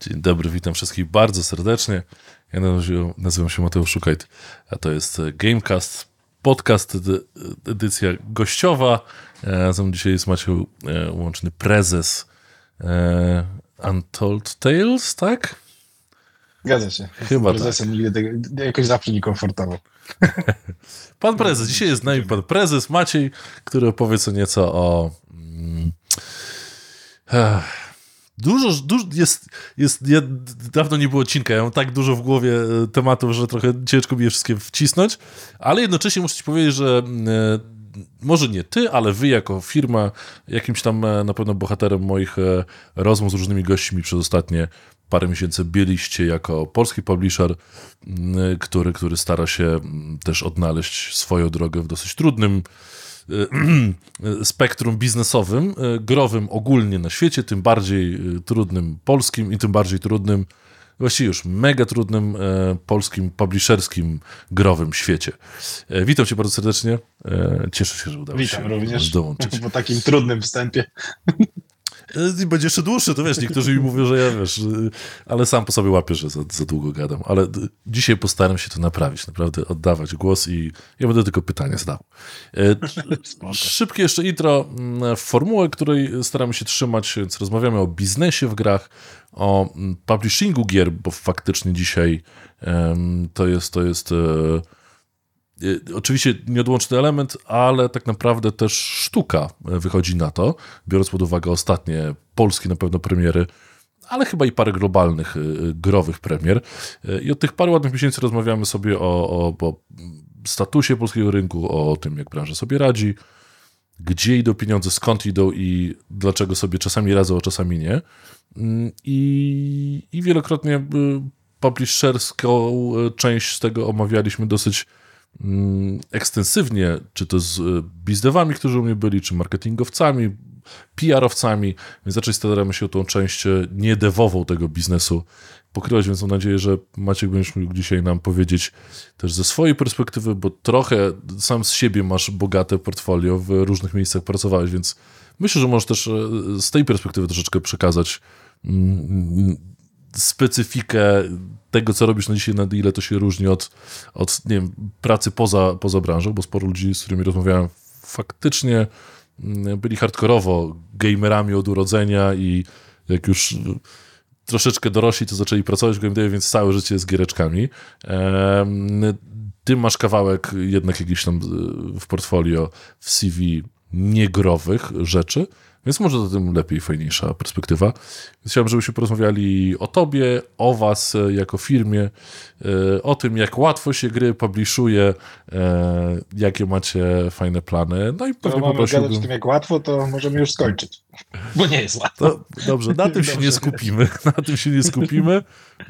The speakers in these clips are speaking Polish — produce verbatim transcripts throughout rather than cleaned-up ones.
Dzień dobry, witam wszystkich bardzo serdecznie. Ja nazywam, nazywam się Mateusz Szukajt, a to jest Gamecast, podcast, edycja gościowa. Ze mną dzisiaj jest Maciej Łączny, prezes Untold Tales, tak? Zgadza się. Chyba prezesem tak. Nigdy tego, jakoś zawsze niekomfortowo. Pan prezes, dzisiaj jest z nami pan prezes Maciej, który opowie co nieco o... Mm, Dużo, dużo jest, jest, ja, dawno nie było odcinka, ja mam tak dużo w głowie tematów, że trochę ciężko mi je wszystkie wcisnąć, ale jednocześnie muszę ci powiedzieć, że e, może nie ty, ale wy jako firma, jakimś tam e, na pewno bohaterem moich e, rozmów z różnymi gośćmi przez ostatnie parę miesięcy byliście jako polski publisher, m, który, który stara się m, też odnaleźć swoją drogę w dosyć trudnym spektrum biznesowym, growym ogólnie na świecie, tym bardziej trudnym polskim i tym bardziej trudnym, właściwie już mega trudnym polskim, publisherskim, growym świecie. Witam cię bardzo serdecznie. Cieszę się, że udało Witam się również dołączyć. Po takim trudnym wstępie. I będzie jeszcze dłuższy, to wiesz, niektórzy mi mówią, że ja wiesz, ale sam po sobie łapię, że za, za długo gadam. Ale dzisiaj postaram się to naprawić, naprawdę oddawać głos i ja będę tylko pytania zadawał. Szybkie jeszcze intro w formułę, której staramy się trzymać, więc rozmawiamy o biznesie w grach, o publishingu gier, bo faktycznie dzisiaj to jest, to jest oczywiście nieodłączny element, ale tak naprawdę też sztuka wychodzi na to, biorąc pod uwagę ostatnie polskie na pewno premiery, ale chyba i parę globalnych growych premier. I od tych paru ładnych miesięcy rozmawiamy sobie o, o, o statusie polskiego rynku, o tym, jak branża sobie radzi, gdzie idą pieniądze, skąd idą i dlaczego sobie czasami radzą, a czasami nie. I, i wielokrotnie publisherską część z tego omawialiśmy dosyć ekstensywnie, czy to z bizdewami, którzy u mnie byli, czy marketingowcami, P R-owcami, więc raczej staramy się o tą część niedewową tego biznesu pokrywać, więc mam nadzieję, że Maciek będziesz mógł dzisiaj nam powiedzieć też ze swojej perspektywy, bo trochę sam z siebie masz bogate portfolio, w różnych miejscach pracowałeś, więc myślę, że możesz też z tej perspektywy troszeczkę przekazać specyfikę tego, co robisz na dzisiaj, na ile to się różni od, od nie wiem, pracy poza, poza branżą, bo sporo ludzi, z którymi rozmawiałem, faktycznie byli hardkorowo gamerami od urodzenia i jak już troszeczkę dorośli, to zaczęli pracować w game devie, więc całe życie z giereczkami. Ty masz kawałek jednak jakiś tam w portfolio, w C V niegrowych rzeczy, więc może to tym lepiej, fajniejsza perspektywa. Więc chciałem, żebyśmy porozmawiali o tobie, o was jako firmie, o tym, jak łatwo się gry publishuje, jakie macie fajne plany. No i pewnie mamy poprosiłbym... gadać o tym, jak łatwo, to możemy już skończyć. Bo nie jest łatwo. To, dobrze, na tym się nie skupimy. Na tym się nie skupimy.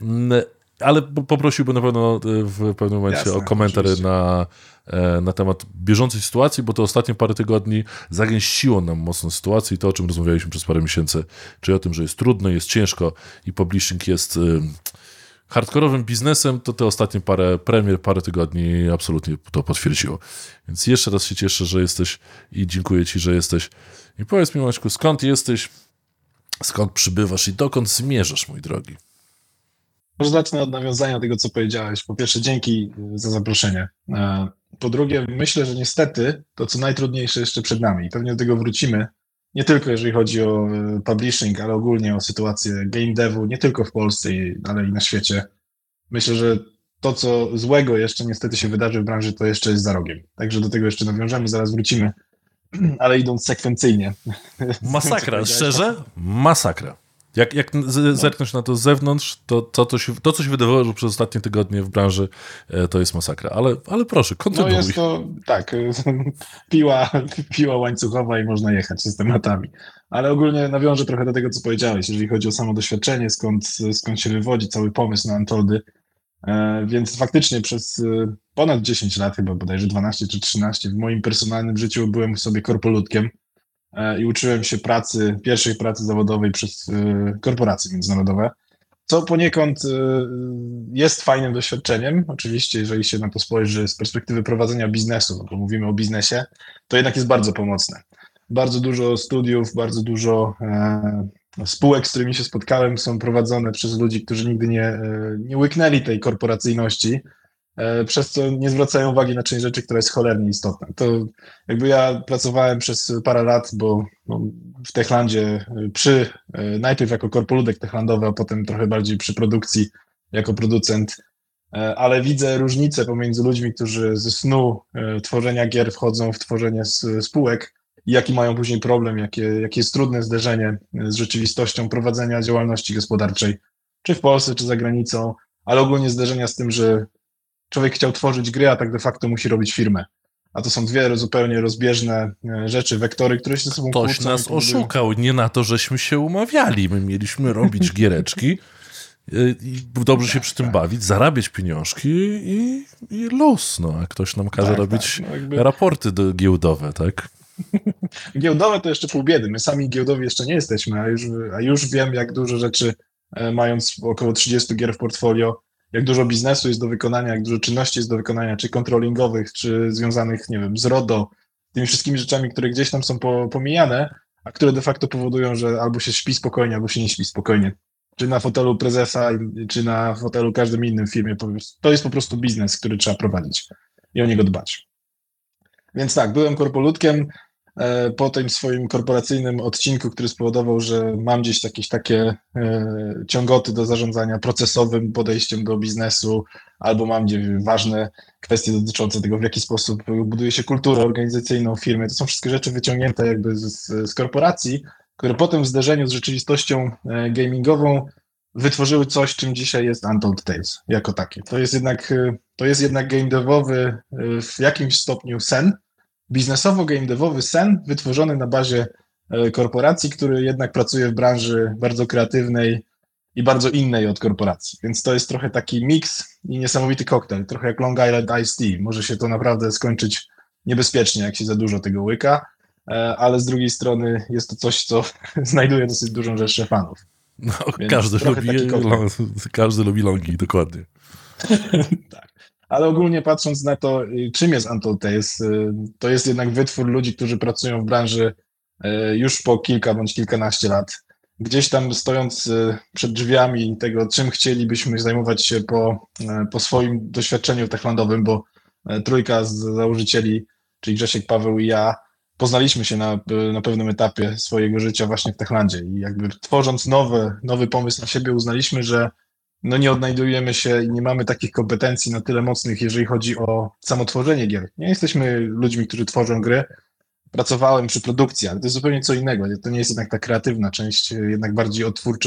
Ale poprosiłbym na pewno w pewnym momencie Jasne, o komentarz na, na temat bieżącej sytuacji, bo to ostatnie parę tygodni zagęściło nam mocno sytuację i to, o czym rozmawialiśmy przez parę miesięcy, czyli o tym, że jest trudno, jest ciężko i publishing jest hardkorowym biznesem, to te ostatnie parę premier, parę tygodni absolutnie to potwierdziło. Więc jeszcze raz się cieszę, że jesteś i dziękuję ci, że jesteś. I powiedz mi, Maćku, skąd jesteś, skąd przybywasz i dokąd zmierzasz, mój drogi? Może zacznę od nawiązania do tego, co powiedziałeś. Po pierwsze, dzięki za zaproszenie. Po drugie, myślę, że niestety to, co najtrudniejsze jeszcze przed nami i pewnie do tego wrócimy, nie tylko jeżeli chodzi o publishing, ale ogólnie o sytuację game devu, nie tylko w Polsce, ale i na świecie. Myślę, że to, co złego jeszcze niestety się wydarzy w branży, to jeszcze jest za rogiem. Także do tego jeszcze nawiążemy, zaraz wrócimy, ale idąc sekwencyjnie. Masakra, szczerze? Masakra. Jak, jak zerknąć na to z zewnątrz, to, to, to, się, to, co się wydawało, że przez ostatnie tygodnie w branży, to jest masakra. Ale, ale proszę, kontynuuj. No jest to, tak, piła, piła łańcuchowa i można jechać z tematami. Ale ogólnie nawiążę trochę do tego, co powiedziałeś, jeżeli chodzi o samo doświadczenie, skąd, skąd się wywodzi cały pomysł na Untoldy. Więc faktycznie przez ponad dziesięć lat, chyba bodajże dwanaście czy trzynaście, w moim personalnym życiu byłem sobie korpoludkiem i uczyłem się pracy, pierwszej pracy zawodowej przez korporacje międzynarodowe, co poniekąd jest fajnym doświadczeniem. Oczywiście, jeżeli się na to spojrzy z perspektywy prowadzenia biznesu, no bo mówimy o biznesie, to jednak jest bardzo pomocne. Bardzo dużo studiów, bardzo dużo spółek, z którymi się spotkałem, są prowadzone przez ludzi, którzy nigdy nie, nie łyknęli tej korporacyjności, przez co nie zwracają uwagi na część rzeczy, która jest cholernie istotna. To jakby ja pracowałem przez parę lat, bo no, w Techlandzie przy, najpierw jako korpoludek techlandowy, a potem trochę bardziej przy produkcji jako producent, ale widzę różnicę pomiędzy ludźmi, którzy ze snu tworzenia gier wchodzą w tworzenie spółek i jaki mają później problem, jakie, jakie jest trudne zderzenie z rzeczywistością prowadzenia działalności gospodarczej, czy w Polsce, czy za granicą, ale ogólnie zderzenia z tym, że człowiek chciał tworzyć gry, a tak de facto musi robić firmę. A to są dwie zupełnie rozbieżne rzeczy, wektory, które się ze sobą Ktoś kłócą. nas oszukał, nie na to, żeśmy się umawiali. My mieliśmy robić giereczki i dobrze się tak, przy tym tak. bawić, zarabiać pieniążki i, i luz, no. A ktoś nam każe tak, robić tak. No jakby... raporty do, giełdowe, tak? Giełdowe to jeszcze pół biedy. My sami giełdowi jeszcze nie jesteśmy, a już, a już wiem, jak dużo rzeczy, mając około trzydzieści gier w portfolio, jak dużo biznesu jest do wykonania, jak dużo czynności jest do wykonania, czy kontrolingowych, czy związanych, nie wiem, z RODO, tymi wszystkimi rzeczami, które gdzieś tam są po, pomijane, a które de facto powodują, że albo się śpi spokojnie, albo się nie śpi spokojnie. Czy na fotelu prezesa, czy na fotelu każdym innym firmie. To jest po prostu biznes, który trzeba prowadzić i o niego dbać. Więc tak, byłem korpoludkiem. Po tym swoim korporacyjnym odcinku, który spowodował, że mam gdzieś jakieś takie ciągoty do zarządzania procesowym podejściem do biznesu, albo mam gdzieś ważne kwestie dotyczące tego, w jaki sposób buduje się kulturę organizacyjną w firmie. To są wszystkie rzeczy wyciągnięte jakby z, z korporacji, które potem w zderzeniu z rzeczywistością gamingową wytworzyły coś, czym dzisiaj jest Untold Tales jako takie. To jest jednak, to jest jednak game devowy w jakimś stopniu sen, biznesowo-game devowy sen wytworzony na bazie korporacji, który jednak pracuje w branży bardzo kreatywnej i bardzo innej od korporacji. Więc to jest trochę taki miks i niesamowity koktajl, trochę jak Long Island Iced Tea. Może się to naprawdę skończyć niebezpiecznie, jak się za dużo tego łyka, ale z drugiej strony jest to coś, co znajduje dosyć dużą rzeszę fanów. No, każdy lubi, każdy lubi longi, dokładnie. Tak. Ale ogólnie patrząc na to, czym jest Untold Tales, to jest jednak wytwór ludzi, którzy pracują w branży już po kilka bądź kilkanaście lat. Gdzieś tam stojąc przed drzwiami tego, czym chcielibyśmy zajmować się po, po swoim doświadczeniu techlandowym, bo trójka z założycieli, czyli Grzesiek, Paweł i ja, poznaliśmy się na, na pewnym etapie swojego życia właśnie w Techlandzie i jakby tworząc nowy, nowy pomysł na siebie uznaliśmy, że no nie odnajdujemy się i nie mamy takich kompetencji na tyle mocnych, jeżeli chodzi o samotworzenie gier. Nie jesteśmy ludźmi, którzy tworzą gry. Pracowałem przy produkcji, ale to jest zupełnie co innego. To nie jest jednak ta kreatywna część, jednak bardziej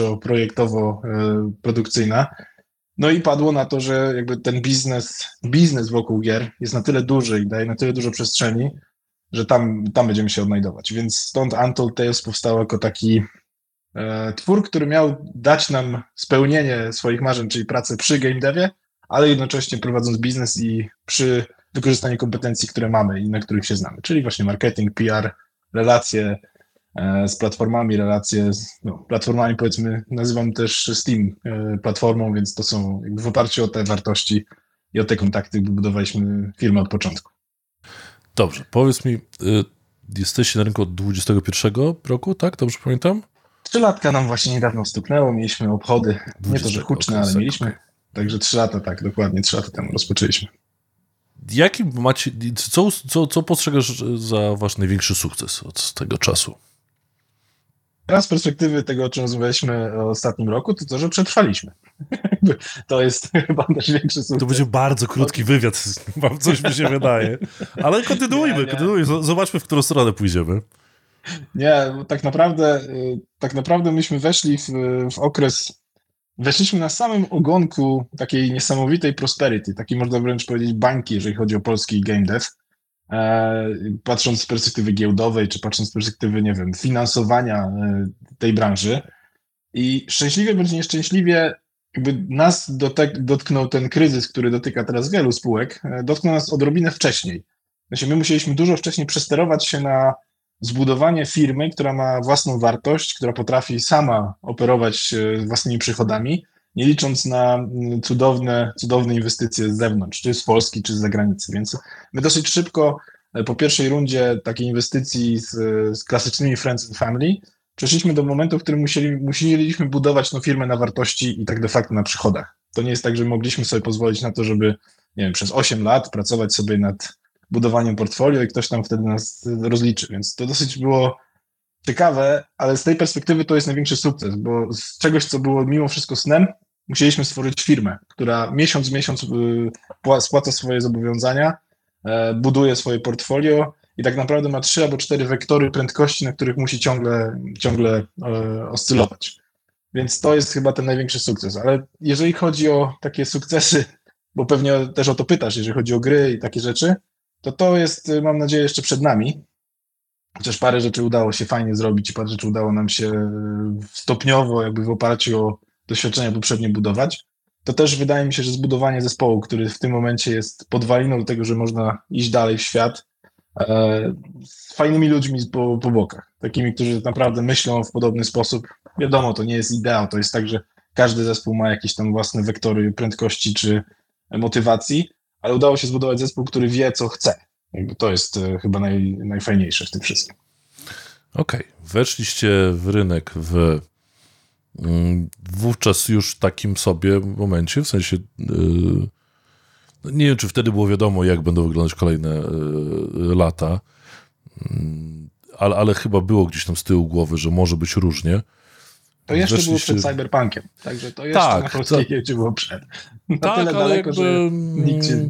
odtwórczo-projektowo-produkcyjna. No i padło na to, że jakby ten biznes, biznes wokół gier jest na tyle duży i daje na tyle dużo przestrzeni, że tam, tam będziemy się odnajdować. Więc stąd Untold Tales powstał jako taki twór, który miał dać nam spełnienie swoich marzeń, czyli pracę przy game devie, ale jednocześnie prowadząc biznes i przy wykorzystaniu kompetencji, które mamy i na których się znamy, czyli właśnie marketing, P R, relacje z platformami, relacje z no, platformami, powiedzmy, nazywam też Steam platformą, więc to są jakby w oparciu o te wartości i o te kontakty wybudowaliśmy firmę od początku. Dobrze, powiedz mi, y, jesteście na rynku od dwudziestego pierwszego roku, tak? Dobrze pamiętam? Trzy latka nam właśnie niedawno stuknęło, mieliśmy obchody, nie to, że huczne, ale mieliśmy, także trzy lata, tak, dokładnie, trzy lata temu rozpoczęliśmy. Jaki macie, co, co, co postrzegasz za wasz największy sukces od tego czasu? Teraz z perspektywy tego, o czym rozmawialiśmy o ostatnim roku, to to, że przetrwaliśmy. To jest chyba nasz większy sukces. To będzie bardzo krótki wywiad, wam coś mi się wydaje. Ale kontynuujmy, nie, nie. kontynuujmy, zobaczmy, w którą stronę pójdziemy. Nie, tak naprawdę, tak naprawdę myśmy weszli w, w okres, weszliśmy na samym ogonku takiej niesamowitej prosperity, takiej można wręcz powiedzieć bańki, jeżeli chodzi o polski game dev. E, patrząc z perspektywy giełdowej, czy patrząc z perspektywy, nie wiem, finansowania tej branży. I szczęśliwie bądź nieszczęśliwie jakby nas dotek, dotknął ten kryzys, który dotyka teraz wielu spółek, dotknął nas odrobinę wcześniej. Znaczy, my musieliśmy dużo wcześniej przesterować się na zbudowanie firmy, która ma własną wartość, która potrafi sama operować własnymi przychodami, nie licząc na cudowne, cudowne inwestycje z zewnątrz, czy z Polski, czy z zagranicy. Więc my dosyć szybko po pierwszej rundzie takiej inwestycji z, z klasycznymi Friends and Family przeszliśmy do momentu, w którym musieli, musieliśmy budować tą firmę na wartości i tak de facto na przychodach. To nie jest tak, że mogliśmy sobie pozwolić na to, żeby nie wiem, przez osiem lat pracować sobie nad budowaniem portfolio i ktoś tam wtedy nas rozliczy, więc to dosyć było ciekawe, ale z tej perspektywy to jest największy sukces, bo z czegoś, co było mimo wszystko snem, musieliśmy stworzyć firmę, która miesiąc w miesiąc spłaca swoje zobowiązania, buduje swoje portfolio i tak naprawdę ma trzy albo cztery wektory prędkości, na których musi ciągle, ciągle oscylować. Więc to jest chyba ten największy sukces. Ale jeżeli chodzi o takie sukcesy, bo pewnie też o to pytasz, jeżeli chodzi o gry i takie rzeczy, to to jest, mam nadzieję, jeszcze przed nami. Chociaż parę rzeczy udało się fajnie zrobić i parę rzeczy udało nam się stopniowo, jakby w oparciu o doświadczenia poprzednie budować, to też wydaje mi się, że zbudowanie zespołu, który w tym momencie jest podwaliną do tego, że można iść dalej w świat, e, z fajnymi ludźmi po, po bokach, takimi, którzy naprawdę myślą w podobny sposób. Wiadomo, to nie jest ideał, to jest tak, że każdy zespół ma jakieś tam własne wektory prędkości czy motywacji, ale udało się zbudować zespół, który wie, co chce. Jakby to jest e, chyba naj, najfajniejsze w tym wszystkim. Okej, okay. Weszliście w rynek w mm, wówczas już takim sobie momencie, w sensie yy, nie wiem, czy wtedy było wiadomo, jak będą wyglądać kolejne yy, lata, yy, ale, ale chyba było gdzieś tam z tyłu głowy, że może być różnie. To jeszcze Weszliście... było przed Cyberpunkiem, także to jeszcze tak, na polskiej giełdzie było przed. Na tak, tyle ale daleko, jakby... że nikt się...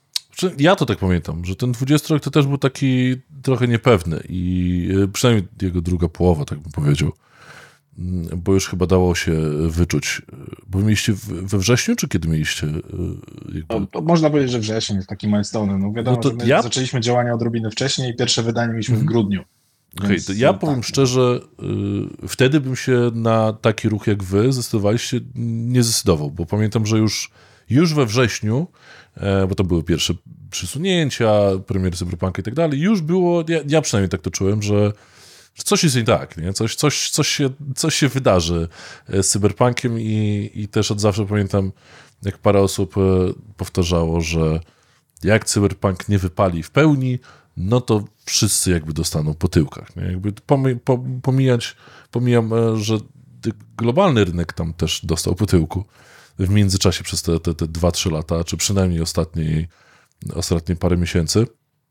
Ja to tak pamiętam, że ten dwudziesty rok to też był taki trochę niepewny i przynajmniej jego druga połowa, tak bym powiedział, bo już chyba dało się wyczuć. Bo mieliście we wrześniu, czy kiedy mieliście? Jakby... To, to można powiedzieć, że wrzesień jest taki milestone. No wiadomo, no to że my ja... zaczęliśmy działania odrobinę wcześniej i pierwsze wydanie mieliśmy w grudniu. Okej, okay, to ja powiem tak, szczerze, y, wtedy bym się na taki ruch jak wy zdecydowaliście nie zdecydował, bo pamiętam, że już, już we wrześniu, e, bo to były pierwsze przysunięcia, premiery Cyberpunka i tak dalej, już było, ja, ja przynajmniej tak to czułem, że, że coś jest nie tak, nie? Coś, coś, coś, się, coś się wydarzy z Cyberpunkiem i, i też od zawsze pamiętam, jak parę osób powtarzało, że jak Cyberpunk nie wypali w pełni, no to wszyscy jakby dostaną po tyłkach. Nie? Jakby pomijać, pomijam, że globalny rynek tam też dostał po tyłku w międzyczasie przez te, te, te dwa trzy lata, czy przynajmniej ostatnie, ostatnie parę miesięcy.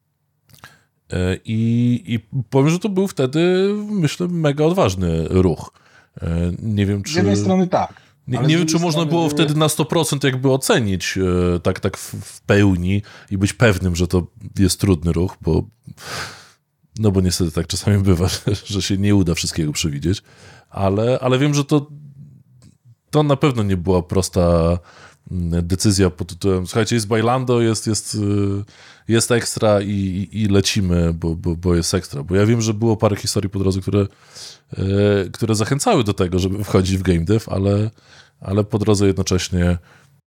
I, I powiem, że to był wtedy, myślę, mega odważny ruch. Nie wiem, czy... Z jednej strony tak. Nie, nie wiem, czy można było były... wtedy na sto procent jakby ocenić e, tak, tak w, w pełni i być pewnym, że to jest trudny ruch, bo no bo niestety tak czasami bywa, że, że się nie uda wszystkiego przewidzieć, ale, ale wiem, że to to na pewno nie była prosta decyzja pod tytułem, słuchajcie, jest Bailando, jest, jest, jest ekstra i, i lecimy, bo, bo, bo jest ekstra. Bo ja wiem, że było parę historii po drodze, które, które zachęcały do tego, żeby wchodzić w game dev, ale, ale po drodze jednocześnie...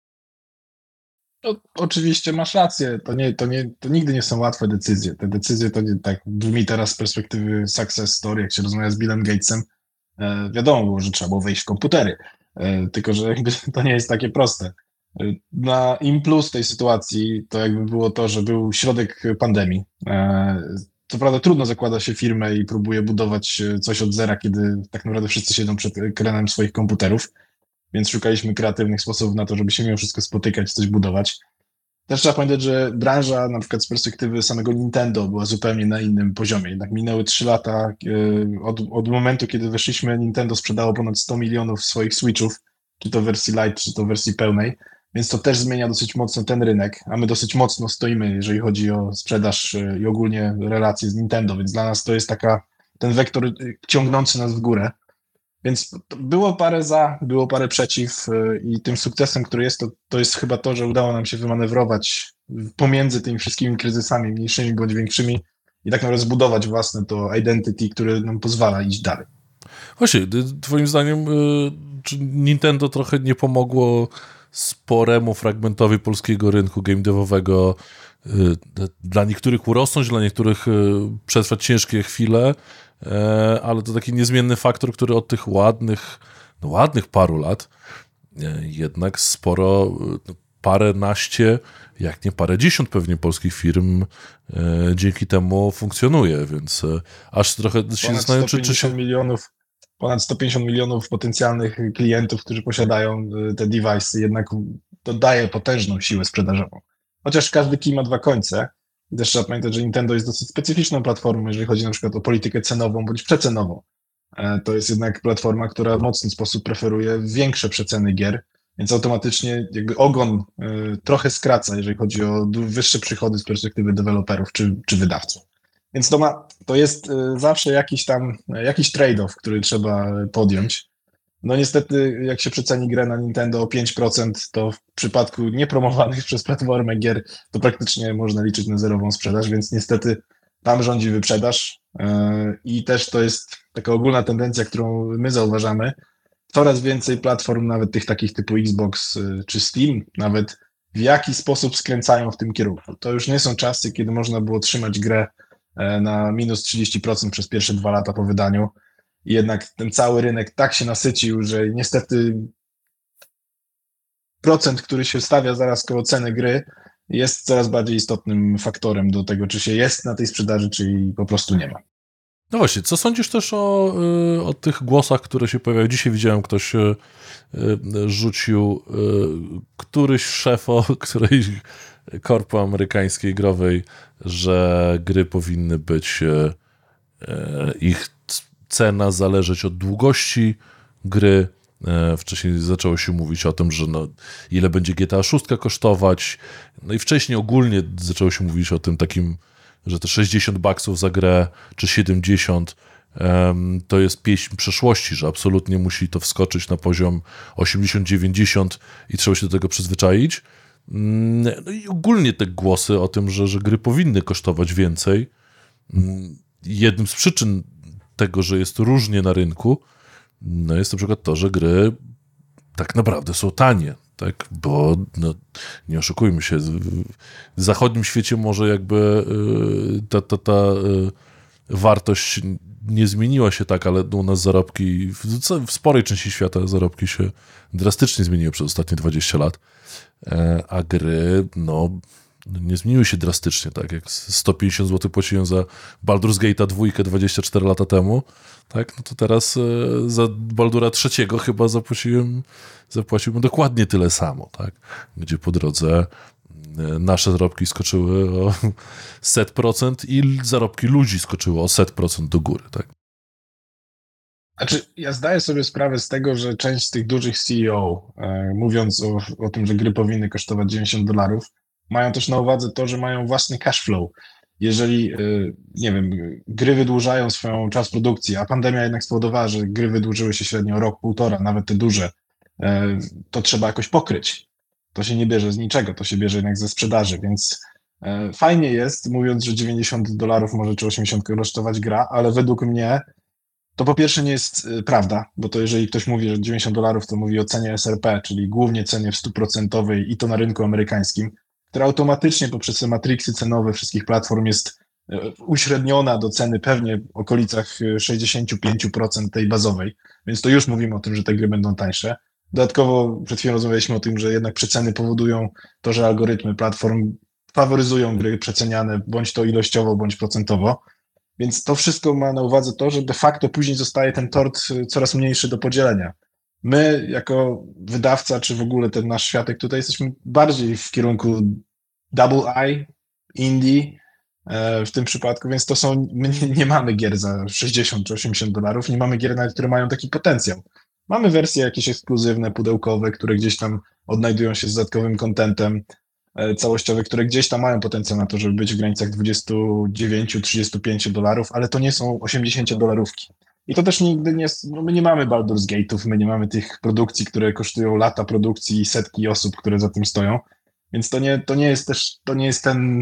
No, oczywiście masz rację, to, nie, to, nie, to nigdy nie są łatwe decyzje. Te decyzje to nie, tak brzmi teraz z perspektywy success story, jak się rozmawia z Billem Gatesem. E, wiadomo było, że trzeba było wejść w komputery, e, tylko że jakby to nie jest takie proste. Na im plus tej sytuacji to jakby było to, że był środek pandemii. Co prawda trudno zakłada się firmę i próbuje budować coś od zera, kiedy tak naprawdę wszyscy siedzą przed ekranem swoich komputerów, więc szukaliśmy kreatywnych sposobów na to, żeby się mimo wszystko spotykać, coś budować. Też trzeba pamiętać, że branża na przykład z perspektywy samego Nintendo była zupełnie na innym poziomie. Jednak minęły trzy lata od, od momentu, kiedy weszliśmy, Nintendo sprzedało ponad sto milionów swoich Switchów, czy to w wersji Lite, czy to w wersji pełnej. Więc to też zmienia dosyć mocno ten rynek, a my dosyć mocno stoimy, jeżeli chodzi o sprzedaż i ogólnie relacje z Nintendo, więc dla nas to jest taka, ten wektor ciągnący nas w górę. Więc było parę za, było parę przeciw i tym sukcesem, który jest, to, to jest chyba to, że udało nam się wymanewrować pomiędzy tymi wszystkimi kryzysami, mniejszymi bądź większymi i tak naprawdę zbudować własne to identity, które nam pozwala iść dalej. Właśnie, twoim zdaniem czy Nintendo trochę nie pomogło sporemu fragmentowi polskiego rynku game devowego dla niektórych urosnąć, dla niektórych przetrwać ciężkie chwile, ale to taki niezmienny faktor, który od tych ładnych, no ładnych paru lat jednak sporo, paręnaście, jak nie parędziesiąt pewnie polskich firm dzięki temu funkcjonuje, więc aż trochę się zastanawiam, czy, czy się... milionów ponad sto pięćdziesiąt milionów potencjalnych klientów, którzy posiadają te device'y, jednak to daje potężną siłę sprzedażową. Chociaż każdy kij ma dwa końce. I też trzeba pamiętać, że Nintendo jest dosyć specyficzną platformą, jeżeli chodzi na przykład o politykę cenową bądź przecenową. To jest jednak platforma, która w mocny sposób preferuje większe przeceny gier, więc automatycznie jakby ogon trochę skraca, jeżeli chodzi o wyższe przychody z perspektywy deweloperów czy, czy wydawców. Więc to, ma, to jest zawsze jakiś tam, jakiś trade-off, który trzeba podjąć. No niestety, jak się przeceni grę na Nintendo o pięć procent, to w przypadku niepromowanych przez platformę gier, to praktycznie można liczyć na zerową sprzedaż, więc niestety tam rządzi wyprzedaż i też to jest taka ogólna tendencja, którą my zauważamy. Coraz więcej platform, nawet tych takich typu Xbox czy Steam, nawet w jaki sposób skręcają w tym kierunku. To już nie są czasy, kiedy można było trzymać grę na minus trzydzieści procent przez pierwsze dwa lata po wydaniu. I jednak ten cały rynek tak się nasycił, że niestety procent, który się stawia zaraz koło ceny gry, jest coraz bardziej istotnym faktorem do tego, czy się jest na tej sprzedaży, czy jej po prostu nie ma. No właśnie, co sądzisz też o, o tych głosach, które się pojawiają? Dzisiaj widziałem, ktoś rzucił któryś szef o którejś korpo amerykańskiej growej, że gry powinny być, ich cena zależeć od długości gry. Wcześniej zaczęło się mówić o tym, że no, ile będzie G T A sześć kosztować. No i wcześniej ogólnie zaczęło się mówić o tym takim, że te sześćdziesiąt baksów za grę, czy siedemdziesiąt, um, to jest pieśń przeszłości, że absolutnie musi to wskoczyć na poziom osiemdziesiąt dziewięćdziesiąt i trzeba się do tego przyzwyczaić. No i ogólnie te głosy o tym, że, że gry powinny kosztować więcej. Jednym z przyczyn tego, że jest różnie na rynku, no jest na przykład to, że gry tak naprawdę są tanie, tak? Bo no, nie oszukujmy się, w zachodnim świecie może jakby ta, ta, ta wartość nie zmieniła się tak, ale u nas zarobki, w sporej części świata zarobki się drastycznie zmieniły przez ostatnie dwadzieścia lat, a gry, no, nie zmieniły się drastycznie, tak jak sto pięćdziesiąt złotych płaciłem za Baldur's Gate'a dwa dwadzieścia cztery lata temu, tak, no to teraz e, za Baldura trzeciego chyba zapłaciłem, zapłaciłbym dokładnie tyle samo, tak, gdzie po drodze e, nasze zarobki skoczyły o set procent i zarobki ludzi skoczyły o set procent do góry, tak. Znaczy, ja zdaję sobie sprawę z tego, że część z tych dużych C E O, e, mówiąc o, o tym, że gry powinny kosztować dziewięćdziesiąt dolarów, mają też na uwadze to, że mają własny cash flow. Jeżeli, nie wiem, gry wydłużają swoją czas produkcji, a pandemia jednak spowodowała, że gry wydłużyły się średnio rok, półtora, nawet te duże, to trzeba jakoś pokryć. To się nie bierze z niczego, to się bierze jednak ze sprzedaży, więc fajnie jest, mówiąc, że dziewięćdziesiąt dolarów może czy osiemdziesiąt kosztować gra, ale według mnie to po pierwsze nie jest prawda, bo to jeżeli ktoś mówi, że dziewięćdziesiąt dolarów, to mówi o cenie S R P, czyli głównie cenie w stu procentowej i to na rynku amerykańskim, która automatycznie poprzez te matriksy cenowe wszystkich platform jest uśredniona do ceny pewnie w okolicach sześćdziesiąt pięć procent tej bazowej, więc to już mówimy o tym, że te gry będą tańsze. Dodatkowo przed chwilą rozmawialiśmy o tym, że jednak przeceny powodują to, że algorytmy platform faworyzują gry przeceniane bądź to ilościowo, bądź procentowo, więc to wszystko ma na uwadze to, że de facto później zostaje ten tort coraz mniejszy do podzielenia. My, jako wydawca, czy w ogóle ten nasz światek tutaj, jesteśmy bardziej w kierunku double I, indie w tym przypadku, więc to są, my nie, nie mamy gier za sześćdziesiąt czy osiemdziesiąt dolarów, nie mamy gier nawet, które mają taki potencjał. Mamy wersje jakieś ekskluzywne, pudełkowe, które gdzieś tam odnajdują się z dodatkowym contentem, całościowe, które gdzieś tam mają potencjał na to, żeby być w granicach dwadzieścia dziewięć do trzydziestu pięciu dolarów, ale to nie są osiemdziesięciodolarówki. I to też nigdy nie jest, no my nie mamy Baldur's Gate'ów, my nie mamy tych produkcji, które kosztują lata produkcji i setki osób, które za tym stoją, więc to nie, to nie jest też, to nie jest ten,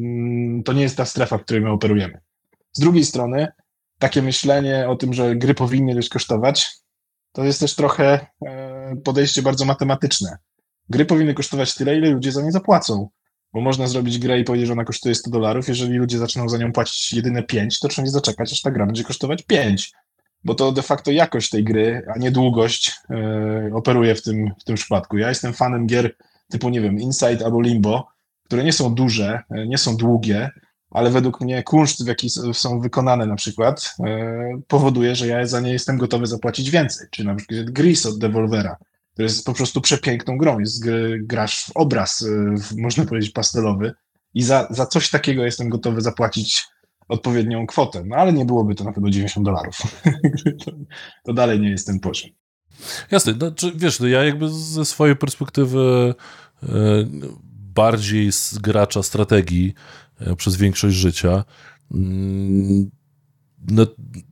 to nie jest ta strefa, w której my operujemy. Z drugiej strony, takie myślenie o tym, że gry powinny coś kosztować, to jest też trochę podejście bardzo matematyczne. Gry powinny kosztować tyle, ile ludzie za nie zapłacą, bo można zrobić grę i powiedzieć, że ona kosztuje sto dolarów, jeżeli ludzie zaczną za nią płacić jedyne pięć, to trzeba zaczekać, aż ta gra będzie kosztować pięć, bo to de facto jakość tej gry, a nie długość yy, operuje w tym, w tym przypadku. Ja jestem fanem gier typu, nie wiem, Inside albo Limbo, które nie są duże, nie są długie, ale według mnie kunszt, w jaki są wykonane na przykład, e, powoduje, że ja za nie jestem gotowy zapłacić więcej. Czy na przykład Gris od Devolvera, to jest po prostu przepiękną grą. Jest, grasz w obraz, w, można powiedzieć, pastelowy i za, za coś takiego jestem gotowy zapłacić odpowiednią kwotę. No ale nie byłoby to na pewno dziewięćdziesiąt dolarów. to, to dalej nie jest ten poziom. Jasne, no, czy, wiesz, no ja jakby ze swojej perspektywy e, bardziej z gracza strategii e, przez większość życia mm, no,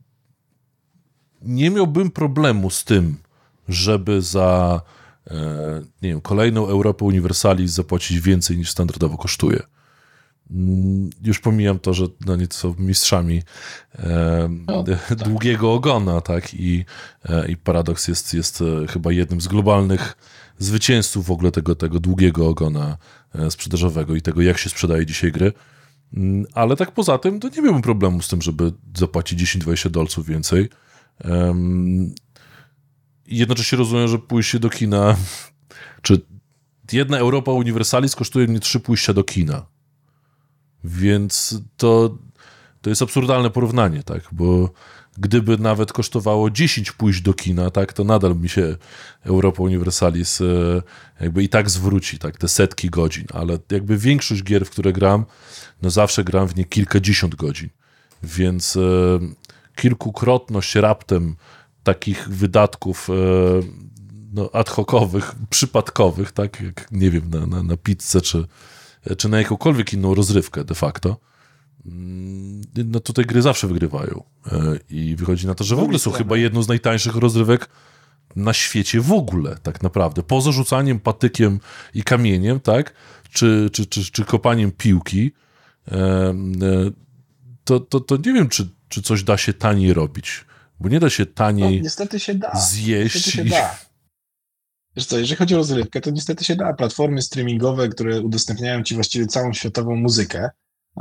nie miałbym problemu z tym, żeby za e, nie wiem, kolejną Europę Universalis zapłacić więcej niż standardowo kosztuje. Już pomijam to, że no nie są mistrzami e, no, tak. długiego ogona, tak? I, e, i Paradox jest, jest e, chyba jednym z globalnych zwycięzców w ogóle tego, tego długiego ogona e, sprzedażowego i tego, jak się sprzedaje dzisiaj gry. Mm, ale tak poza tym, to nie miałbym problemu z tym, żeby zapłacić dziesięć dwadzieścia dolców więcej. Um, I jednocześnie rozumiem, że pójście do kina, czy jedna Europa Universalis kosztuje mnie trzy pójścia do kina. Więc to, to jest absurdalne porównanie, tak? Bo gdyby nawet kosztowało dziesięć pójść do kina, tak, to nadal mi się Europa Universalis jakby i tak zwróci, tak, te setki godzin, ale jakby większość gier, w które gram, no zawsze gram w nie kilkadziesiąt godzin, więc e, kilkukrotność raptem takich wydatków e, no, ad hocowych, przypadkowych, tak, jak nie wiem, na, na, na pizzę czy czy na jakąkolwiek inną rozrywkę de facto, no tutaj gry zawsze wygrywają. I wychodzi na to, że w ogóle są chyba jedną z najtańszych rozrywek na świecie w ogóle, tak naprawdę. Poza rzucaniem patykiem i kamieniem, tak, czy, czy, czy, czy kopaniem piłki, to, to, to nie wiem, czy, czy coś da się taniej robić. Bo nie da się taniej no, niestety się da. zjeść. Niestety się da. Wiesz co, jeżeli chodzi o rozrywkę, to niestety się da. Platformy streamingowe, które udostępniają ci właściwie całą światową muzykę,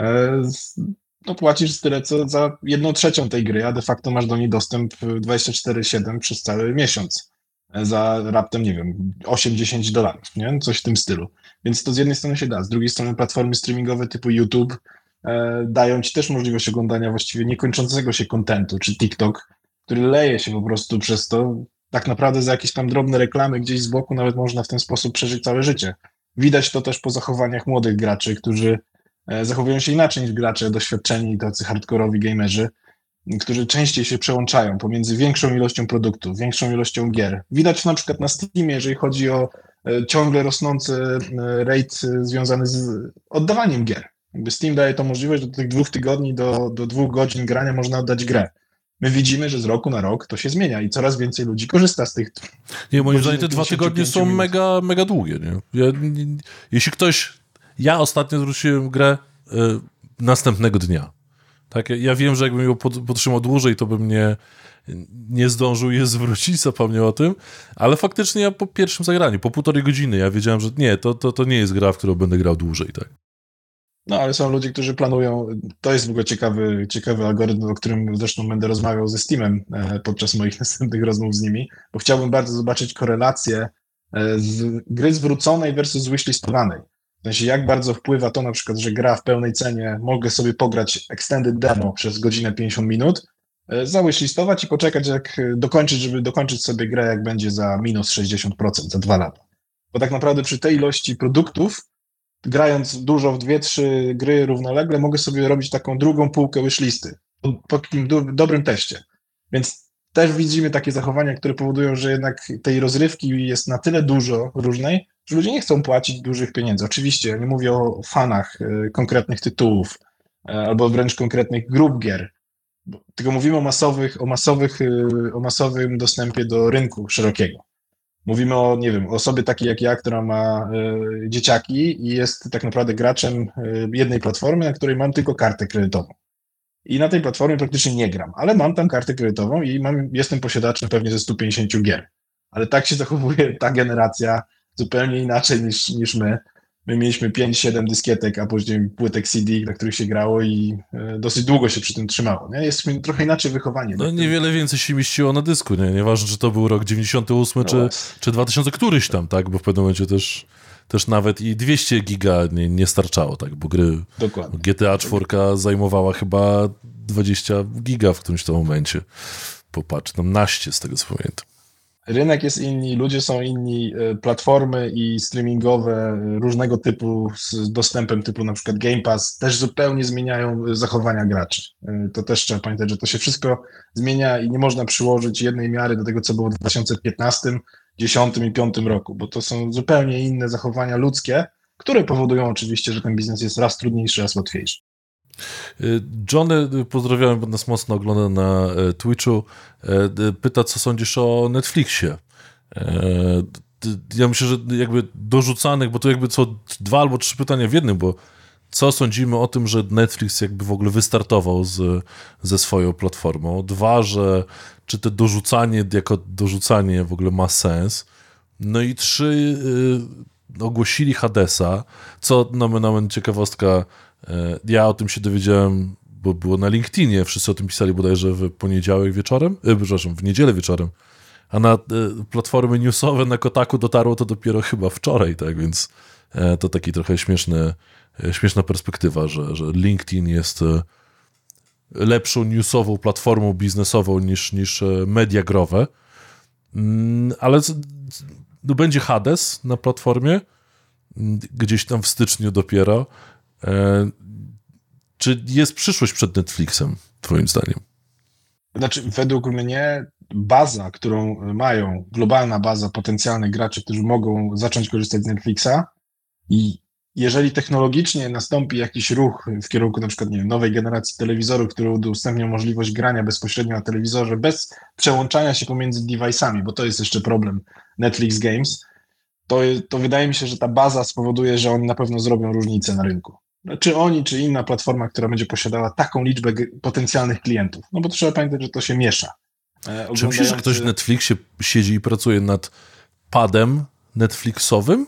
no płacisz tyle, co za jedną trzecią tej gry, a de facto masz do niej dostęp dwadzieścia cztery siedem przez cały miesiąc. Za raptem, nie wiem, osiem dziesięć dolarów, nie? Coś w tym stylu. Więc to z jednej strony się da. Z drugiej strony platformy streamingowe typu YouTube e, dają ci też możliwość oglądania właściwie niekończącego się kontentu, czy TikTok, który leje się po prostu przez to. Tak naprawdę za jakieś tam drobne reklamy gdzieś z boku nawet można w ten sposób przeżyć całe życie. Widać to też po zachowaniach młodych graczy, którzy zachowują się inaczej niż gracze doświadczeni, tacy hardkorowi gamerzy, którzy częściej się przełączają pomiędzy większą ilością produktów, większą ilością gier. Widać na przykład na Steamie, jeżeli chodzi o ciągle rosnący rate związany z oddawaniem gier. Jakby Steam daje to możliwość, do tych dwóch tygodni, do, do dwóch godzin grania można oddać grę. My widzimy, że z roku na rok to się zmienia i coraz więcej ludzi korzysta z tych... Nie, moim zdaniem te dwa tygodnie są mega, mega długie. Nie? Ja, nie, nie, jeśli ktoś... Ja ostatnio zwróciłem grę y, następnego dnia. Tak? Ja, ja wiem, że jakbym ją pod, podtrzymał dłużej, to bym nie, nie zdążył je zwrócić, zapomniał o tym, ale faktycznie ja po pierwszym zagraniu, po półtorej godziny, ja wiedziałem, że nie, to, to, to nie jest gra, w którą będę grał dłużej. Tak? No, ale są ludzie, którzy planują, to jest w ogóle ciekawy, ciekawy algorytm, o którym zresztą będę rozmawiał ze Steamem podczas moich następnych rozmów z nimi, bo chciałbym bardzo zobaczyć korelację z gry zwróconej versus wishlistowanej. W sensie, jak bardzo wpływa to na przykład, że gra w pełnej cenie, mogę sobie pograć extended demo przez godzinę pięćdziesiąt minut, zawishlistować i poczekać, jak dokończyć, żeby dokończyć sobie grę, jak będzie za minus sześćdziesiąt procent, za dwa lata. Bo tak naprawdę przy tej ilości produktów, grając dużo w dwie, trzy gry równolegle, mogę sobie robić taką drugą półkę wishlisty po, po takim do, dobrym teście. Więc też widzimy takie zachowania, które powodują, że jednak tej rozrywki jest na tyle dużo różnej, że ludzie nie chcą płacić dużych pieniędzy. Oczywiście, ja nie mówię o fanach y, konkretnych tytułów y, albo wręcz konkretnych grup gier, tylko mówimy o masowych, o masowych, y, o masowym dostępie do rynku szerokiego. Mówimy o, nie wiem, o osobie takiej jak ja, która ma y, dzieciaki i jest tak naprawdę graczem y, jednej platformy, na której mam tylko kartę kredytową. I na tej platformie praktycznie nie gram, ale mam tam kartę kredytową i mam, jestem posiadaczem pewnie ze stu pięćdziesięciu gier. Ale tak się zachowuje ta generacja zupełnie inaczej niż, niż my. My mieliśmy pięć siedem dyskietek, a później płytek C D, na których się grało i y, dosyć długo się przy tym trzymało. Nie? Jest trochę inaczej wychowanie. No niewiele więcej się mieściło na dysku, nie? Nieważne, czy to był rok dziewięćdziesiąty ósmy, no czy, czy dwa tysiące któryś tam, tak? Bo w pewnym momencie też też nawet i dwieście giga nie, nie starczało, tak, bo gry Dokładnie. G T A cztery zajmowała chyba dwadzieścia giga w którymś tam momencie. Popatrz, tam naście z tego co pamiętam. Rynek jest inny, ludzie są inni, platformy i streamingowe różnego typu z dostępem typu na przykład Game Pass też zupełnie zmieniają zachowania graczy. To też trzeba pamiętać, że to się wszystko zmienia i nie można przyłożyć jednej miary do tego, co było w dwa tysiące piętnastym, dziesiątym i piątym roku, bo to są zupełnie inne zachowania ludzkie, które powodują oczywiście, że ten biznes jest raz trudniejszy, raz łatwiejszy. Johnny, pozdrawiam, bo nas mocno ogląda na Twitchu, pyta, co sądzisz o Netflixie. Ja myślę, że jakby dorzucanych, bo to jakby co dwa albo trzy pytania w jednym, bo co sądzimy o tym, że Netflix jakby w ogóle wystartował z, ze swoją platformą. Dwa, że czy to dorzucanie jako dorzucanie w ogóle ma sens. No i trzy, yy, ogłosili Hadesa, co nomen omen ciekawostka. Ja o tym się dowiedziałem, bo było na LinkedInie, wszyscy o tym pisali bodajże w poniedziałek wieczorem, e, przepraszam, w niedzielę wieczorem, a na e, platformy newsowe, na Kotaku dotarło to dopiero chyba wczoraj, tak, więc e, to taki trochę śmieszny, e, śmieszna perspektywa, że, że LinkedIn jest e, lepszą newsową platformą biznesową niż, niż e, media growe, mm, ale no, będzie Hades na platformie, gdzieś tam w styczniu dopiero. E, czy jest przyszłość przed Netflixem, twoim zdaniem? Znaczy, według mnie baza, którą mają, globalna baza potencjalnych graczy, którzy mogą zacząć korzystać z Netflixa i jeżeli technologicznie nastąpi jakiś ruch w kierunku na przykład nie wiem, nowej generacji telewizorów, które udostępnią możliwość grania bezpośrednio na telewizorze, bez przełączania się pomiędzy device'ami, bo to jest jeszcze problem Netflix Games, to, to wydaje mi się, że ta baza spowoduje, że oni na pewno zrobią różnicę na rynku. Czy oni, czy inna platforma, która będzie posiadała taką liczbę potencjalnych klientów. No bo to trzeba pamiętać, że to się miesza. Oglądający... Czy myślisz, że ktoś w Netflixie siedzi i pracuje nad padem Netflixowym?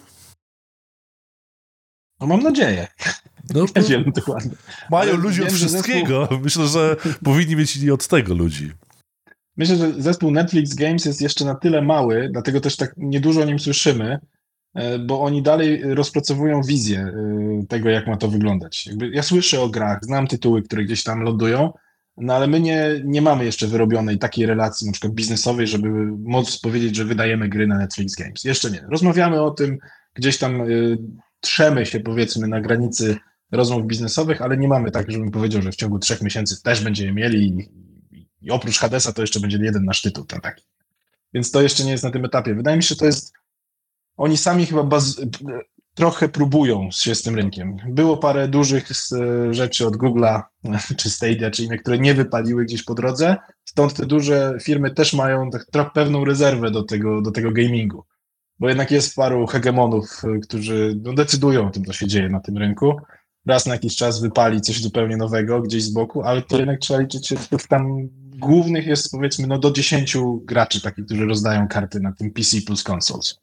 No mam nadzieję. No, nie wiem dokładnie. Mają Ale ludzi od wszystkiego. Zespół... Myślę, że powinni mieć i od tego ludzi. Myślę, że zespół Netflix Games jest jeszcze na tyle mały, dlatego też tak niedużo o nim słyszymy, bo oni dalej rozpracowują wizję tego, jak ma to wyglądać. Jakby ja słyszę o grach, znam tytuły, które gdzieś tam lądują, no ale my nie, nie mamy jeszcze wyrobionej takiej relacji na przykład biznesowej, żeby móc powiedzieć, że wydajemy gry na Netflix Games. Jeszcze nie. Rozmawiamy o tym, gdzieś tam y, trzemy się powiedzmy na granicy rozmów biznesowych, ale nie mamy tak, żebym powiedział, że w ciągu trzech miesięcy też będziemy mieli i, i, i oprócz Hadesa to jeszcze będzie jeden nasz tytuł ten taki. Więc to jeszcze nie jest na tym etapie. Wydaje mi się, że to jest Oni sami chyba baz... trochę próbują się z tym rynkiem. Było parę dużych rzeczy od Google'a, czy Stadia, czy inne, które nie wypaliły gdzieś po drodze. Stąd te duże firmy też mają tak pewną rezerwę do tego, do tego gamingu. Bo jednak jest paru hegemonów, którzy no, decydują o tym, co się dzieje na tym rynku. Raz na jakiś czas wypali coś zupełnie nowego gdzieś z boku, ale to jednak trzeba liczyć się, że tam głównych jest powiedzmy no, do dziesięciu graczy takich, którzy rozdają karty na tym P C plus consoles.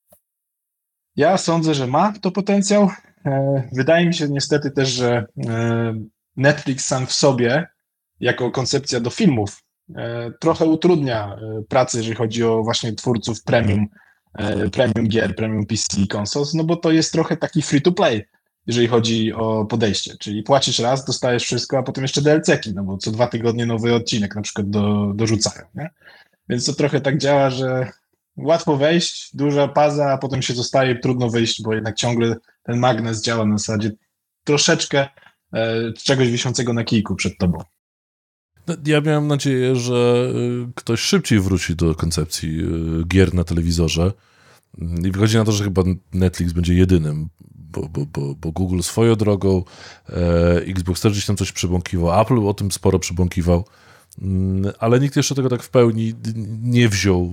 Ja sądzę, że ma to potencjał. Wydaje mi się niestety też, że Netflix sam w sobie, jako koncepcja do filmów, trochę utrudnia pracę, jeżeli chodzi o właśnie twórców premium, premium gier, premium P C consoles, no bo to jest trochę taki free to play, jeżeli chodzi o podejście. Czyli płacisz raz, dostajesz wszystko, a potem jeszcze D L C-ki, no bo co dwa tygodnie nowy odcinek na przykład do, dorzucają. Nie? Więc to trochę tak działa, że łatwo wejść, duża paza, a potem się zostaje, trudno wyjść, bo jednak ciągle ten magnes działa na zasadzie troszeczkę e, czegoś wiszącego na kijku przed tobą. Ja miałem nadzieję, że ktoś szybciej wróci do koncepcji gier na telewizorze i wychodzi na to, że chyba Netflix będzie jedynym, bo, bo, bo, bo Google swoją drogą, e, Xbox też gdzieś tam coś przybąkiwał, Apple o tym sporo przybąkiwał, ale nikt jeszcze tego tak w pełni nie wziął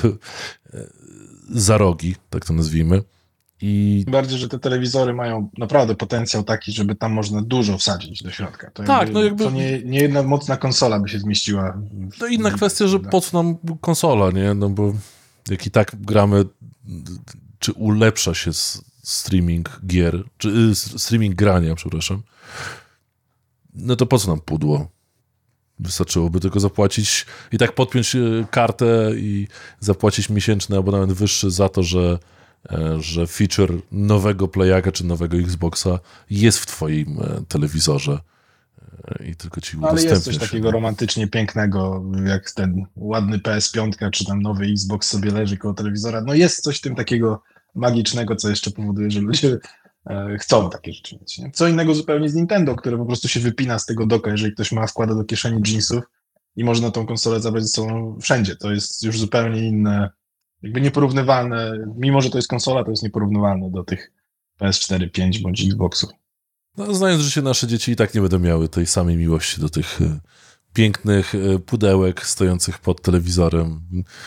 za rogi, tak to nazwijmy. I... Tym bardziej, że te telewizory mają naprawdę potencjał taki, żeby tam można dużo wsadzić do środka. To tak, jakby, no jakby... To nie, nie jedna mocna konsola by się zmieściła. W... To inna kwestia, że po co nam konsola, nie? No bo jak i tak gramy, czy ulepsza się streaming gier, czy streaming grania, przepraszam, no to po co nam pudło? Wystarczyłoby tylko zapłacić i tak podpiąć kartę i zapłacić miesięczny abonament wyższy za to, że że feature nowego Playaka czy nowego Xboxa jest w twoim telewizorze i tylko ci udostępnia. Ale jest coś takiego romantycznie pięknego, jak ten ładny P S pięć czy tam nowy Xbox sobie leży koło telewizora. No jest coś w tym takiego magicznego, co jeszcze powoduje, że ludzie chcą takie rzeczy mieć. Nie? Co innego zupełnie z Nintendo, które po prostu się wypina z tego doka, jeżeli ktoś ma, wkłada do kieszeni jeansów i można tą konsolę zabrać ze sobą wszędzie. To jest już zupełnie inne, jakby nieporównywalne, mimo że to jest konsola, to jest nieporównywalne do tych P S cztery, pięć bądź Xboxów. No, znając życie, nasze dzieci i tak nie będą miały tej samej miłości do tych pięknych pudełek stojących pod telewizorem,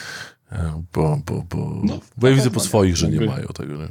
bo, bo, bo, no, bo ja widzę po swoich, że nie mają tego. Nie?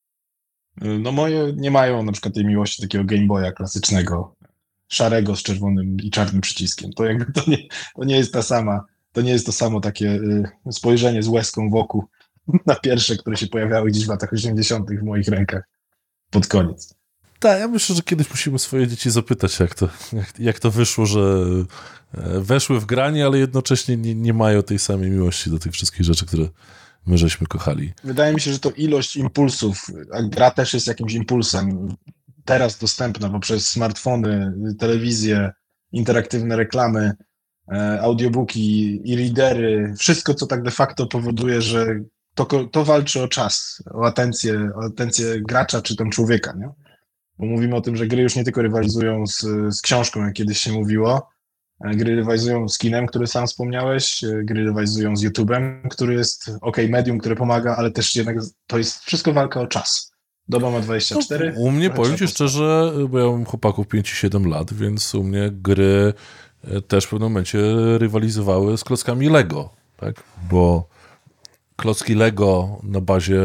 No moje nie mają na przykład tej miłości takiego Game Boya klasycznego, szarego z czerwonym i czarnym przyciskiem. To jakby to nie, to nie jest ta sama, to nie jest to samo takie spojrzenie z łezką wokół na pierwsze, które się pojawiały gdzieś w latach osiemdziesiątych w moich rękach pod koniec. Tak, ja myślę, że kiedyś musimy swoje dzieci zapytać, jak to, jak, jak to wyszło, że weszły w granie, ale jednocześnie nie, nie mają tej samej miłości do tych wszystkich rzeczy, które my żeśmy kochali. Wydaje mi się, że to ilość impulsów, a gra też jest jakimś impulsem, teraz dostępna poprzez smartfony, telewizję, interaktywne reklamy, audiobooki, e-readery, wszystko, co tak de facto powoduje, że to, to walczy o czas, o atencję, o atencję gracza czy tam człowieka, nie? Bo mówimy o tym, że gry już nie tylko rywalizują z, z książką, jak kiedyś się mówiło, gry rywalizują z kinem, który sam wspomniałeś, gry rywalizują z YouTube'em, który jest, ok, medium, które pomaga, ale też jednak to jest wszystko walka o czas. Doba ma dwadzieścia cztery. No, u mnie, powiem ci szczerze, bo ja mam chłopaków pięć siedem lat, więc u mnie gry też w pewnym momencie rywalizowały z klockami Lego, tak? Bo klocki Lego na bazie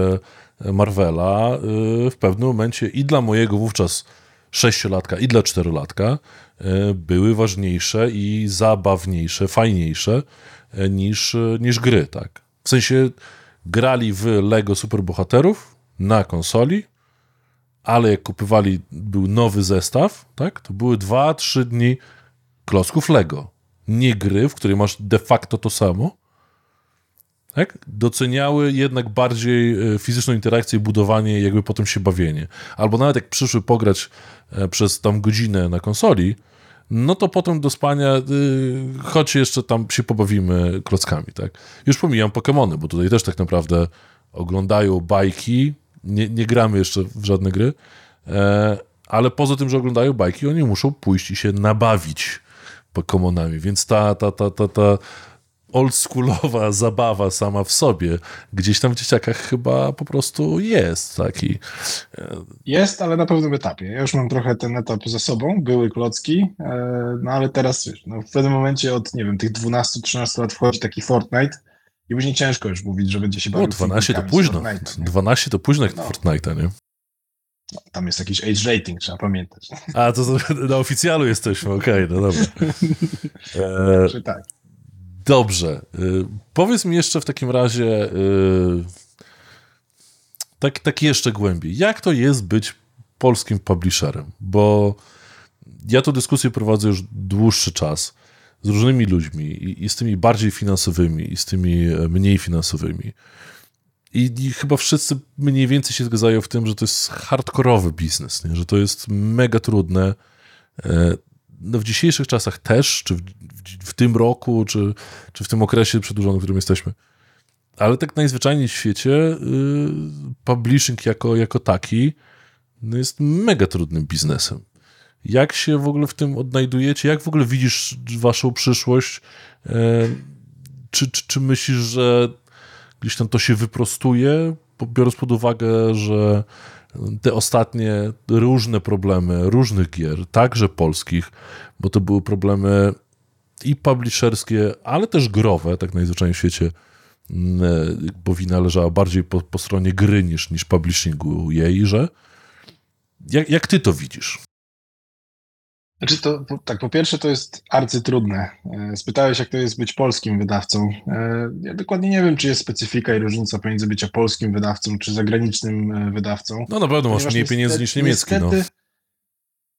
Marvela w pewnym momencie i dla mojego wówczas sześciolatka, i dla czterolatka były ważniejsze i zabawniejsze, fajniejsze niż, niż gry, tak? W sensie grali w Lego superbohaterów na konsoli, ale jak kupywali, był nowy zestaw, tak? To były dwa, trzy dni klocków Lego. Nie gry, w której masz de facto to samo, tak? Doceniały jednak bardziej fizyczną interakcję i budowanie, jakby potem się bawienie. Albo nawet jak przyszły pograć przez tam godzinę na konsoli, no to potem do spania yy, choć jeszcze tam się pobawimy klockami, tak? Już pomijam Pokemony, bo tutaj też tak naprawdę oglądają bajki, nie, nie gramy jeszcze w żadne gry, e, ale poza tym, że oglądają bajki, oni muszą pójść i się nabawić Pokemonami, więc ta, ta, ta, ta, ta oldschoolowa zabawa sama w sobie gdzieś tam w dzieciakach chyba po prostu jest taki. Jest, ale na pewnym etapie. Ja już mam trochę ten etap za sobą, były klocki, no ale teraz wiesz, no w pewnym momencie od, nie wiem, tych dwunastu trzynastu lat wchodzi taki Fortnite i później ciężko już mówić, że będzie się bawił. No dwanaście to późno, dwanaście to późno jak no. Fortnite'a, nie? No, tam jest jakiś age rating, trzeba pamiętać. A, to, to na oficjalu jesteśmy, okej, okay, no dobra. E, tak. Dobrze. Powiedz mi jeszcze w takim razie tak, tak jeszcze głębiej. Jak to jest być polskim publisherem? Bo ja tę dyskusję prowadzę już dłuższy czas z różnymi ludźmi i, i z tymi bardziej finansowymi i z tymi mniej finansowymi. I, I chyba wszyscy mniej więcej się zgadzają w tym, że to jest hardkorowy biznes, nie? Że to jest mega trudne. No w dzisiejszych czasach też, czy w, w, w tym roku, czy, czy w tym okresie przedłużonym, w którym jesteśmy. Ale tak najzwyczajniej w świecie yy, publishing jako, jako taki no jest mega trudnym biznesem. Jak się w ogóle w tym odnajdujecie? Jak w ogóle widzisz waszą przyszłość? Yy, czy, czy, czy myślisz, że gdzieś tam to się wyprostuje, biorąc pod uwagę, że te ostatnie różne problemy różnych gier, także polskich, bo to były problemy i publisherskie, ale też growe, tak najzwyczajniej w świecie, bo wina leżała bardziej po, po stronie gry niż, niż publishingu jej, że jak, jak ty to widzisz? Znaczy to, tak, po pierwsze to jest arcytrudne. Spytałeś, jak to jest być polskim wydawcą. Ja dokładnie nie wiem, czy jest specyfika i różnica pomiędzy bycia polskim wydawcą, czy zagranicznym wydawcą. No na pewno masz mniej pieniędzy niż niemiecki. Niestety,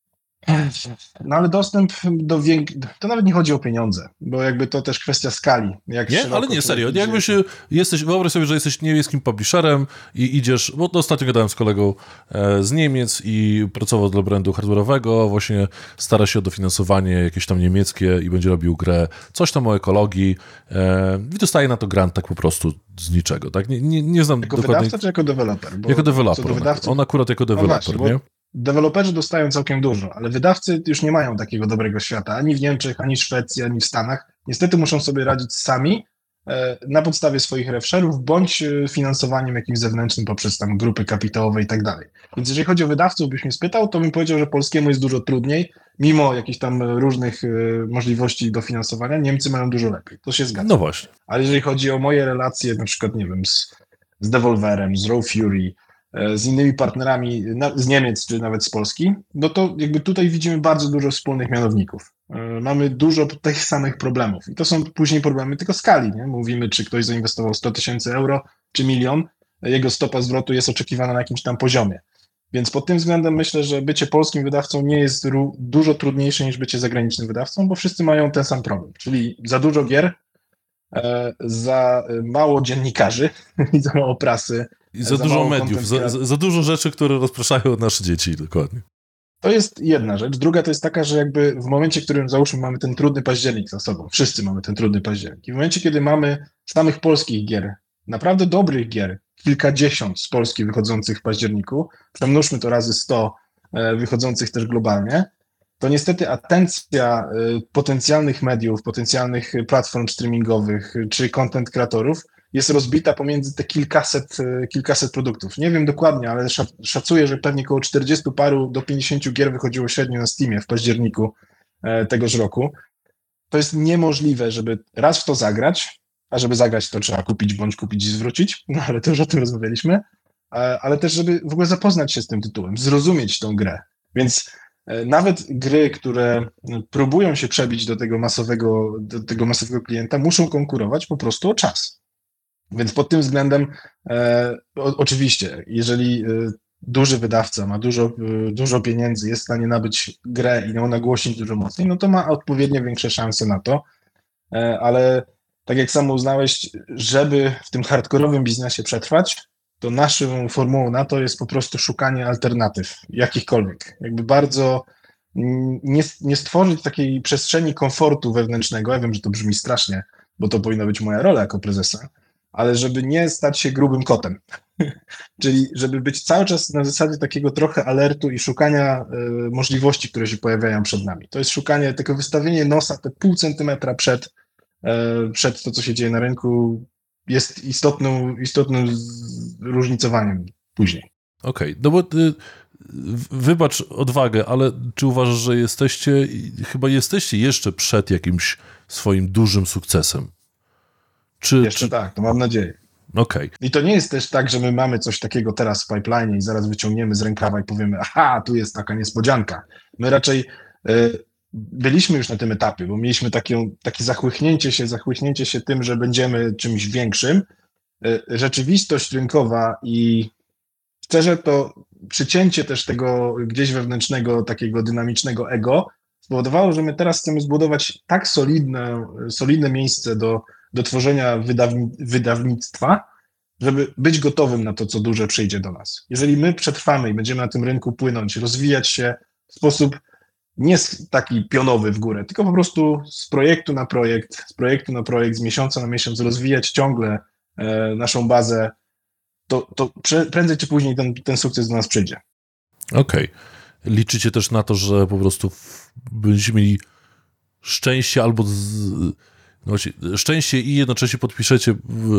No ale dostęp do większych, to nawet nie chodzi o pieniądze, bo jakby to też kwestia skali. Jak nie, ale nie, serio. Jakbyś jesteś, wyobraź sobie, że jesteś niebieskim publisherem i idziesz, bo ostatnio gadałem z kolegą e, z Niemiec i pracował dla brandu hardware'owego, właśnie stara się o dofinansowanie jakieś tam niemieckie i będzie robił grę, coś tam o ekologii e, i dostaje na to grant tak po prostu z niczego, tak? Nie, nie, nie znam jako dokładnie. Wydawca czy jako deweloper? Jako deweloper. Wydawcy... On akurat jako deweloper, no właśnie, nie? Deweloperzy dostają całkiem dużo, ale wydawcy już nie mają takiego dobrego świata, ani w Niemczech, ani w Szwecji, ani w Stanach. Niestety muszą sobie radzić sami e, na podstawie swoich refszerów, bądź finansowaniem jakimś zewnętrznym poprzez tam grupy kapitałowe i tak dalej. Więc jeżeli chodzi o wydawców, byś mnie spytał, to bym powiedział, że polskiemu jest dużo trudniej, mimo jakichś tam różnych e, możliwości dofinansowania. Niemcy mają dużo lepiej, to się zgadza. No właśnie. Ale jeżeli chodzi o moje relacje, na przykład, nie wiem, z, z Devolverem, z Raw Fury, z innymi partnerami z Niemiec, czy nawet z Polski, no to jakby tutaj widzimy bardzo dużo wspólnych mianowników. Mamy dużo tych samych problemów i to są później problemy tylko skali, nie? Mówimy, czy ktoś zainwestował sto tysięcy euro, czy milion, jego stopa zwrotu jest oczekiwana na jakimś tam poziomie. Więc pod tym względem myślę, że bycie polskim wydawcą nie jest dużo trudniejsze niż bycie zagranicznym wydawcą, bo wszyscy mają ten sam problem, czyli za dużo gier, za mało dziennikarzy i za mało prasy. I za, za dużo mediów, za, za, za dużo rzeczy, które rozpraszają nasze dzieci, dokładnie. To jest jedna rzecz. Druga to jest taka, że jakby w momencie, w którym załóżmy mamy ten trudny październik za sobą, wszyscy mamy ten trudny październik i w momencie, kiedy mamy samych polskich gier, naprawdę dobrych gier, kilkadziesiąt z Polski wychodzących w październiku, przemnóżmy to razy sto wychodzących też globalnie, to niestety atencja potencjalnych mediów, potencjalnych platform streamingowych czy content kreatorów jest rozbita pomiędzy te kilkaset, kilkaset produktów. Nie wiem dokładnie, ale szacuję, że pewnie około czterdziestu paru do pięćdziesięciu gier wychodziło średnio na Steamie w październiku tegoż roku. To jest niemożliwe, żeby raz w to zagrać, a żeby zagrać to trzeba kupić bądź kupić i zwrócić, no ale to już o tym rozmawialiśmy, ale też żeby w ogóle zapoznać się z tym tytułem, zrozumieć tą grę. Więc nawet gry, które próbują się przebić do tego masowego, do tego masowego klienta, muszą konkurować po prostu o czas. Więc pod tym względem e, o, oczywiście, jeżeli e, duży wydawca ma dużo, e, dużo pieniędzy, jest w stanie nabyć grę i ją nagłośnić dużo mocniej, no to ma odpowiednio większe szanse na to, e, ale tak jak sam uznałeś, żeby w tym hardkorowym biznesie przetrwać, to naszą formułą na to jest po prostu szukanie alternatyw, jakichkolwiek. Jakby bardzo nie, nie stworzyć takiej przestrzeni komfortu wewnętrznego, ja wiem, że to brzmi strasznie, bo to powinna być moja rola jako prezesa, ale żeby nie stać się grubym kotem. Czyli żeby być cały czas na zasadzie takiego trochę alertu i szukania y, możliwości, które się pojawiają przed nami. To jest szukanie, tylko wystawienie nosa te pół centymetra przed, y, przed to, co się dzieje na rynku, jest istotną, istotnym różnicowaniem później. Okej, okay, no bo y, wybacz odwagę, ale czy uważasz, że jesteście, chyba jesteście jeszcze przed jakimś swoim dużym sukcesem? Czy, Jeszcze czy... tak, to mam nadzieję. Okay. I to nie jest też tak, że my mamy coś takiego teraz w pipeline i zaraz wyciągniemy z rękawa i powiemy, aha, tu jest taka niespodzianka. My raczej y, byliśmy już na tym etapie, bo mieliśmy takie, takie zachłychnięcie się, zachłychnięcie się tym, że będziemy czymś większym. Y, rzeczywistość rynkowa i szczerze to przycięcie też tego gdzieś wewnętrznego, takiego dynamicznego ego spowodowało, że my teraz chcemy zbudować tak solidne, solidne miejsce do do tworzenia wydawni- wydawnictwa, żeby być gotowym na to, co duże przyjdzie do nas. Jeżeli my przetrwamy i będziemy na tym rynku płynąć, rozwijać się w sposób nie taki pionowy w górę, tylko po prostu z projektu na projekt, z projektu na projekt, z miesiąca na miesiąc rozwijać ciągle e, naszą bazę, to, to prędzej czy później ten, ten sukces do nas przyjdzie. Okej. Okay. Liczycie też na to, że po prostu będziecie mieli szczęście albo z... No właśnie, szczęście i jednocześnie podpiszecie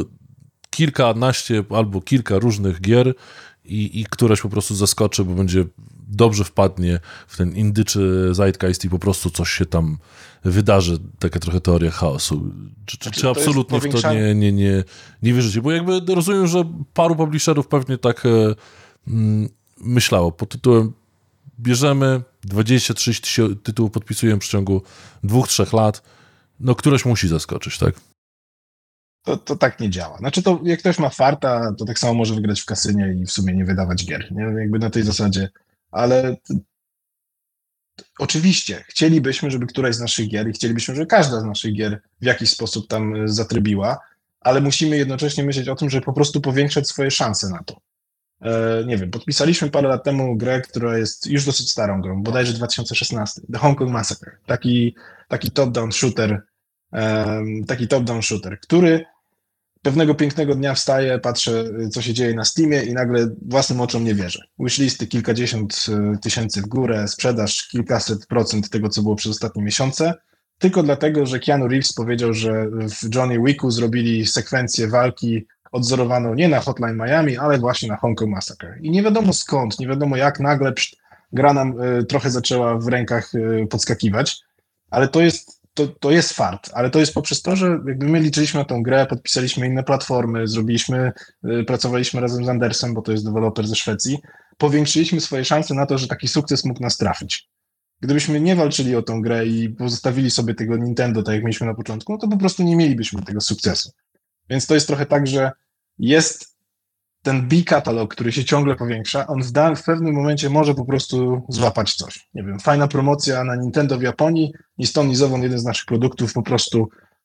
kilkanaście albo kilka różnych gier i, i któraś po prostu zaskoczy, bo będzie dobrze wpadnie w ten indyczy zeitgeist i po prostu coś się tam wydarzy, taka trochę teoria chaosu. Czy, znaczy, czy absolutnie w to nie, nie, nie, nie wierzycie? Bo jakby rozumiem, że paru publisherów pewnie tak e, mm, myślało pod tytułem bierzemy dwadzieścia trzydzieści tytułów, podpisujemy w przeciągu dwóch, trzech lat. No, któreś musi zaskoczyć, tak? To, to tak nie działa. Znaczy, to jak ktoś ma farta, to tak samo może wygrać w kasynie i w sumie nie wydawać gier. Nie? Jakby na tej zasadzie. Ale oczywiście chcielibyśmy, żeby któraś z naszych gier i chcielibyśmy, żeby każda z naszych gier w jakiś sposób tam zatrybiła, ale musimy jednocześnie myśleć o tym, żeby po prostu powiększać swoje szanse na to. E, nie wiem, podpisaliśmy parę lat temu grę, która jest już dosyć starą grą, bodajże dwa tysiące szesnasty, The Hong Kong Massacre, taki, taki top-down shooter, e, taki top-down shooter, który pewnego pięknego dnia wstaję, patrzę, co się dzieje na Steamie i nagle własnym oczom nie wierzę. Wishlisty kilkadziesiąt tysięcy w górę, sprzedaż kilkaset procent tego, co było przez ostatnie miesiące, tylko dlatego, że Keanu Reeves powiedział, że w Johnny Wicku zrobili sekwencję walki odzorowaną nie na Hotline Miami, ale właśnie na Hong Kong Massacre. I nie wiadomo skąd, nie wiadomo jak, nagle pszt, gra nam y, trochę zaczęła w rękach y, podskakiwać, ale to jest To, to jest fart, ale to jest poprzez to, że jakby my liczyliśmy na tą grę, podpisaliśmy inne platformy, zrobiliśmy, y, pracowaliśmy razem z Andersem, bo to jest deweloper ze Szwecji, powiększyliśmy swoje szanse na to, że taki sukces mógł nas trafić. Gdybyśmy nie walczyli o tą grę i pozostawili sobie tego Nintendo, tak jak mieliśmy na początku, no to po prostu nie mielibyśmy tego sukcesu. Więc to jest trochę tak, że jest ten B-katalog, który się ciągle powiększa, on w, da- w pewnym momencie może po prostu złapać coś. Nie wiem, fajna promocja na Nintendo w Japonii, ni stąd, ni zowąd jeden z naszych produktów po prostu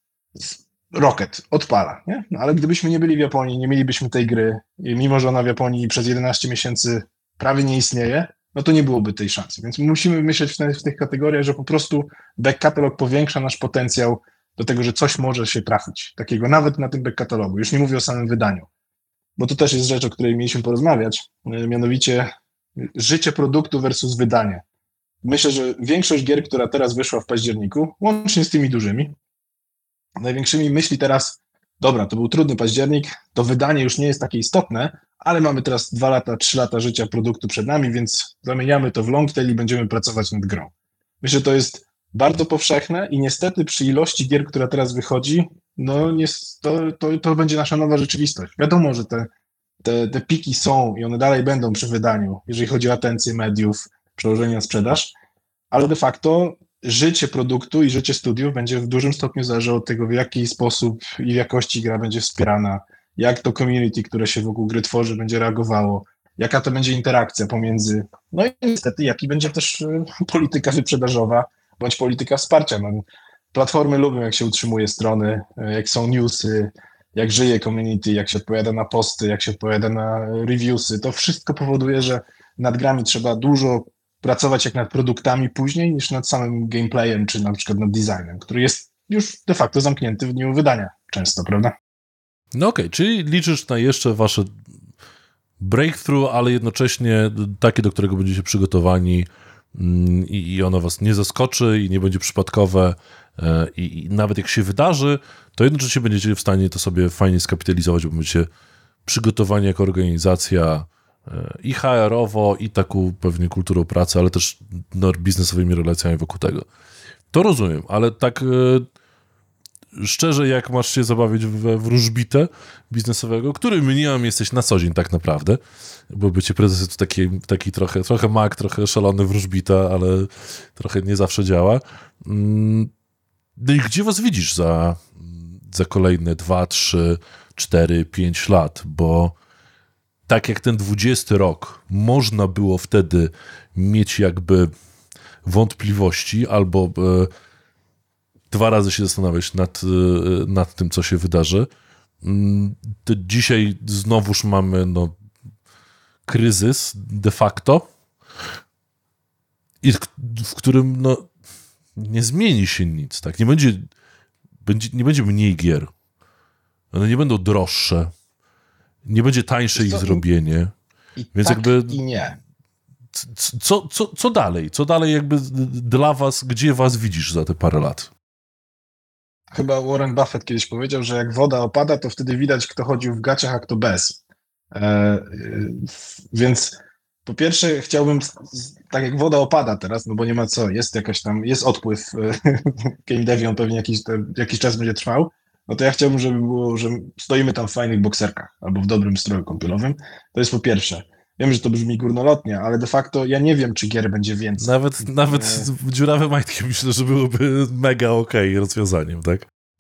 Rocket odpala, nie? No, ale gdybyśmy nie byli w Japonii, nie mielibyśmy tej gry, i mimo że ona w Japonii przez jedenaście miesięcy prawie nie istnieje, no to nie byłoby tej szansy. Więc musimy myśleć w, te, w tych kategoriach, że po prostu back-katalog powiększa nasz potencjał do tego, że coś może się trafić, takiego nawet na tym back-katalogu. Już nie mówię o samym wydaniu. Bo to też jest rzecz, o której mieliśmy porozmawiać, mianowicie życie produktu versus wydanie. Myślę, że większość gier, która teraz wyszła w październiku, łącznie z tymi dużymi, największymi myśli teraz, dobra, to był trudny październik, to wydanie już nie jest takie istotne, ale mamy teraz dwa lata, trzy lata życia produktu przed nami, więc zamieniamy to w long tail i będziemy pracować nad grą. Myślę, że to jest bardzo powszechne i niestety przy ilości gier, która teraz wychodzi, no nie, to, to, to będzie nasza nowa rzeczywistość. Wiadomo, że te, te, te piki są i one dalej będą przy wydaniu, jeżeli chodzi o atencję mediów, przełożenie na sprzedaż, ale de facto życie produktu i życie studiów będzie w dużym stopniu zależało od tego, w jaki sposób i w jakości gra będzie wspierana, jak to community, które się wokół gry tworzy, będzie reagowało, jaka to będzie interakcja pomiędzy, no i niestety, jaki będzie też polityka wyprzedażowa, bądź polityka wsparcia. No, platformy lubią, jak się utrzymuje strony, jak są newsy, jak żyje community, jak się odpowiada na posty, jak się odpowiada na reviewsy. To wszystko powoduje, że nad grami trzeba dużo pracować jak nad produktami później niż nad samym gameplayem, czy na przykład nad designem, który jest już de facto zamknięty w dniu wydania często, prawda? No okej, okay, czyli liczysz na jeszcze wasze breakthrough, ale jednocześnie takie, do którego będziecie przygotowani i, i ono was nie zaskoczy i nie będzie przypadkowe i, i nawet jak się wydarzy, to jednocześnie będziecie w stanie to sobie fajnie skapitalizować, bo będziecie przygotowani jako organizacja i H R-owo, i taką pewnie kulturą pracy, ale też no, biznesowymi relacjami wokół tego. To rozumiem, ale tak e, szczerze, jak masz się zabawić we wróżbitę biznesowego, którym mniemam jesteś na co dzień tak naprawdę, bo bycie prezesem to taki, taki trochę, trochę mak, trochę szalony wróżbita, ale trochę nie zawsze działa. No i gdzie was widzisz za, za kolejne dwa, trzy, cztery, pięć lat? Bo tak jak ten dwudziesty rok, można było wtedy mieć jakby wątpliwości albo e, dwa razy się zastanawiać nad, e, nad tym, co się wydarzy. To dzisiaj znowuż mamy no, kryzys de facto, i w, w którym no, nie zmieni się nic. Tak? Nie będzie, będzie, nie będzie mniej gier. One nie będą droższe. Nie będzie tańsze ich zrobienie. I Więc tak, jakby. I nie. Co, co, co dalej? Co dalej jakby dla was, gdzie was widzisz za te parę lat? Chyba Warren Buffett kiedyś powiedział, że jak woda opada, to wtedy widać, kto chodził w gaciach, a kto bez. E, więc po pierwsze chciałbym, tak jak woda opada teraz, no bo nie ma co, jest jakaś tam, jest odpływ game dev, on pewnie jakiś, jakiś czas będzie trwał, no to ja chciałbym, żeby było, że stoimy tam w fajnych bokserkach albo w dobrym stroju kąpielowym. To jest po pierwsze. Wiem, że to brzmi górnolotnie, ale de facto ja nie wiem, czy gier będzie więcej. Nawet, nawet dziurawe majtki myślę, że byłoby mega okej okay rozwiązaniem, tak?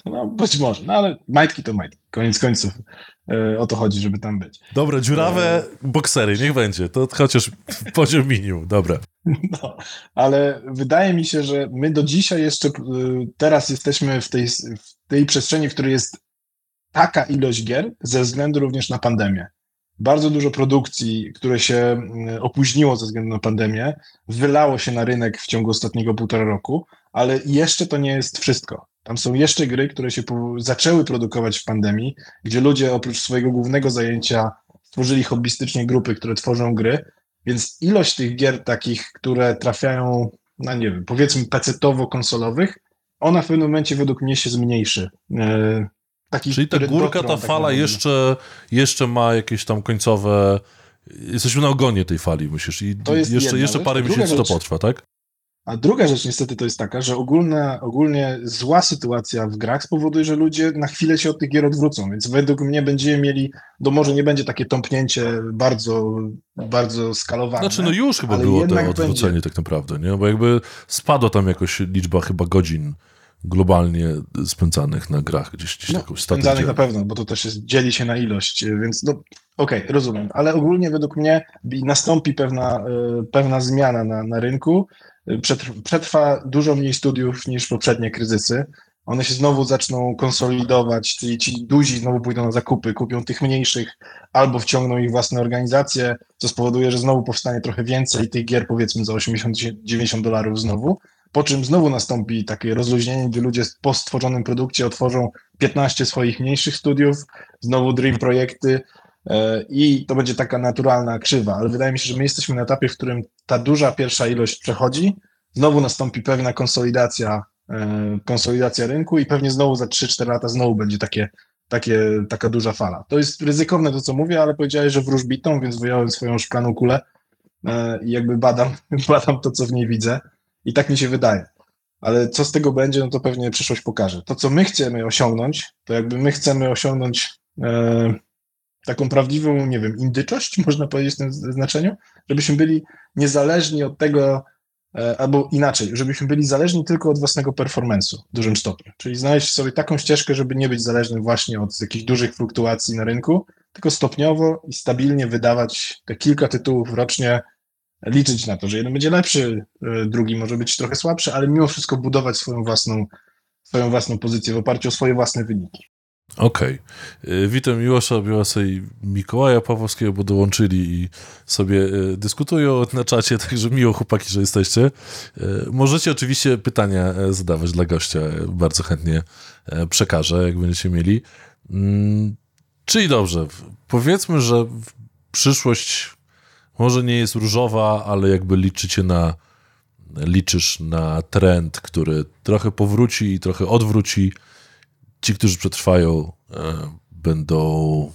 No być może, no ale majtki to majtki. Koniec końców e, o to chodzi, żeby tam być. Dobra, dziurawe e... boksery, niech będzie. To chociaż poziom minimum, dobra. No, ale wydaje mi się, że my do dzisiaj jeszcze teraz jesteśmy w tej, w tej przestrzeni, w której jest taka ilość gier ze względu również na pandemię. Bardzo dużo produkcji, które się opóźniło ze względu na pandemię, wylało się na rynek w ciągu ostatniego półtora roku, ale jeszcze to nie jest wszystko. Tam są jeszcze gry, które się po- zaczęły produkować w pandemii, gdzie ludzie oprócz swojego głównego zajęcia stworzyli hobbystycznie grupy, które tworzą gry, więc ilość tych gier takich, które trafiają, no nie wiem, powiedzmy pecetowo-konsolowych, ona w pewnym momencie według mnie się zmniejszy. E, takich, Czyli ta które górka, dotrą, ta tak fala naprawdę. jeszcze, jeszcze ma jakieś tam końcowe... Jesteśmy na ogonie tej fali, myślisz? I To jest jeszcze, jedna jeszcze rzecz. parę A druga miesięcy rzecz- to potrwa, tak? A druga rzecz niestety to jest taka, że ogólna, ogólnie zła sytuacja w grach spowoduje, że ludzie na chwilę się od tych gier odwrócą, więc według mnie będziemy mieli, to może nie będzie takie tąpnięcie bardzo, bardzo skalowane. Znaczy, no już chyba ale było to jednak odwrócenie będzie. tak naprawdę, nie? Bo jakby spadła tam jakoś liczba chyba godzin globalnie spędzanych na grach, gdzieś, gdzieś No, taką spędzanych statystykę. na pewno, bo to też jest, dzieli się na ilość, więc no okej, rozumiem, ale ogólnie według mnie nastąpi pewna, e, pewna zmiana na, na rynku. Przetr- Przetrwa dużo mniej studiów niż poprzednie kryzysy. One się znowu zaczną konsolidować, czyli ci duzi znowu pójdą na zakupy, kupią tych mniejszych albo wciągną ich własne organizacje, co spowoduje, że znowu powstanie trochę więcej tych gier, powiedzmy za osiemdziesiąt dziewięćdziesiąt dolarów znowu, po czym znowu nastąpi takie rozluźnienie, gdzie ludzie po stworzonym produkcie otworzą piętnaście swoich mniejszych studiów, znowu Dream projekty e, i to będzie taka naturalna krzywa, ale wydaje mi się, że my jesteśmy na etapie, w którym ta duża pierwsza ilość przechodzi, znowu nastąpi pewna konsolidacja, e, konsolidacja rynku i pewnie znowu za trzy cztery lata znowu będzie takie, takie, taka duża fala. To jest ryzykowne to, co mówię, ale powiedziałeś, że wróż bitą, więc wyjąłem swoją szklaną kulę e, i jakby badam, badam to, co w niej widzę. I tak mi się wydaje. Ale co z tego będzie, no to pewnie przyszłość pokaże. To, co my chcemy osiągnąć, to jakby my chcemy osiągnąć e, taką prawdziwą, nie wiem, indyczość, można powiedzieć w tym znaczeniu, żebyśmy byli niezależni od tego, e, albo inaczej, żebyśmy byli zależni tylko od własnego performance'u w dużym stopniu. Czyli znaleźć sobie taką ścieżkę, żeby nie być zależnym właśnie od jakichś dużych fluktuacji na rynku, tylko stopniowo i stabilnie wydawać te kilka tytułów rocznie, liczyć na to, że jeden będzie lepszy, drugi może być trochę słabszy, ale mimo wszystko budować swoją własną, swoją własną pozycję w oparciu o swoje własne wyniki. Okej. Okay. Witam Miłosza Białasa i Mikołaja Pawłowskiego, bo dołączyli i sobie dyskutują na czacie, także miło chłopaki, że jesteście. Możecie oczywiście pytania zadawać dla gościa, bardzo chętnie przekażę, jak będziecie mieli. Czyli dobrze, powiedzmy, że przyszłość może nie jest różowa, ale jakby liczycie na, liczysz na trend, który trochę powróci i trochę odwróci. Ci, którzy przetrwają, e, będą,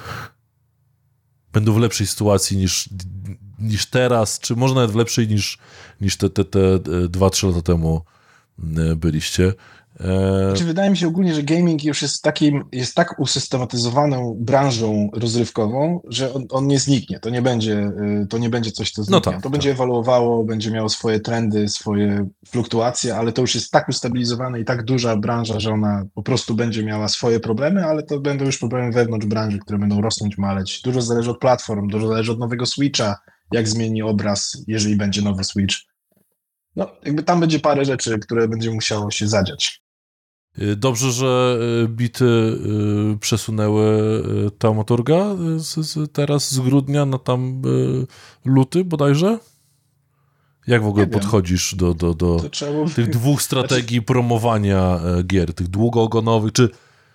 będą w lepszej sytuacji niż, niż teraz, czy może nawet w lepszej niż, niż te, te, te dwa trzy lata temu byliście. E... Znaczy, wydaje mi się ogólnie, że gaming już jest takim, jest tak usystematyzowaną branżą rozrywkową, że on, on nie zniknie. To nie będzie, to nie będzie coś, co zniknie. No tak, to tak. będzie ewoluowało, będzie miało swoje trendy, swoje fluktuacje, ale to już jest tak ustabilizowana i tak duża branża, że ona po prostu będzie miała swoje problemy, ale to będą już problemy wewnątrz branży, które będą rosnąć, maleć. Dużo zależy od platform, dużo zależy od nowego Switcha, jak zmieni obraz, jeżeli będzie nowy Switch. No, jakby tam będzie parę rzeczy, które będzie musiało się zadziać. Dobrze, że bity przesunęły Taumaturga z, z, teraz z grudnia na tam luty bodajże? Jak w ogóle Nie podchodzisz wiem. do, do, do trzeba... tych dwóch strategii znaczy... promowania gier, tych długoogonowych, czy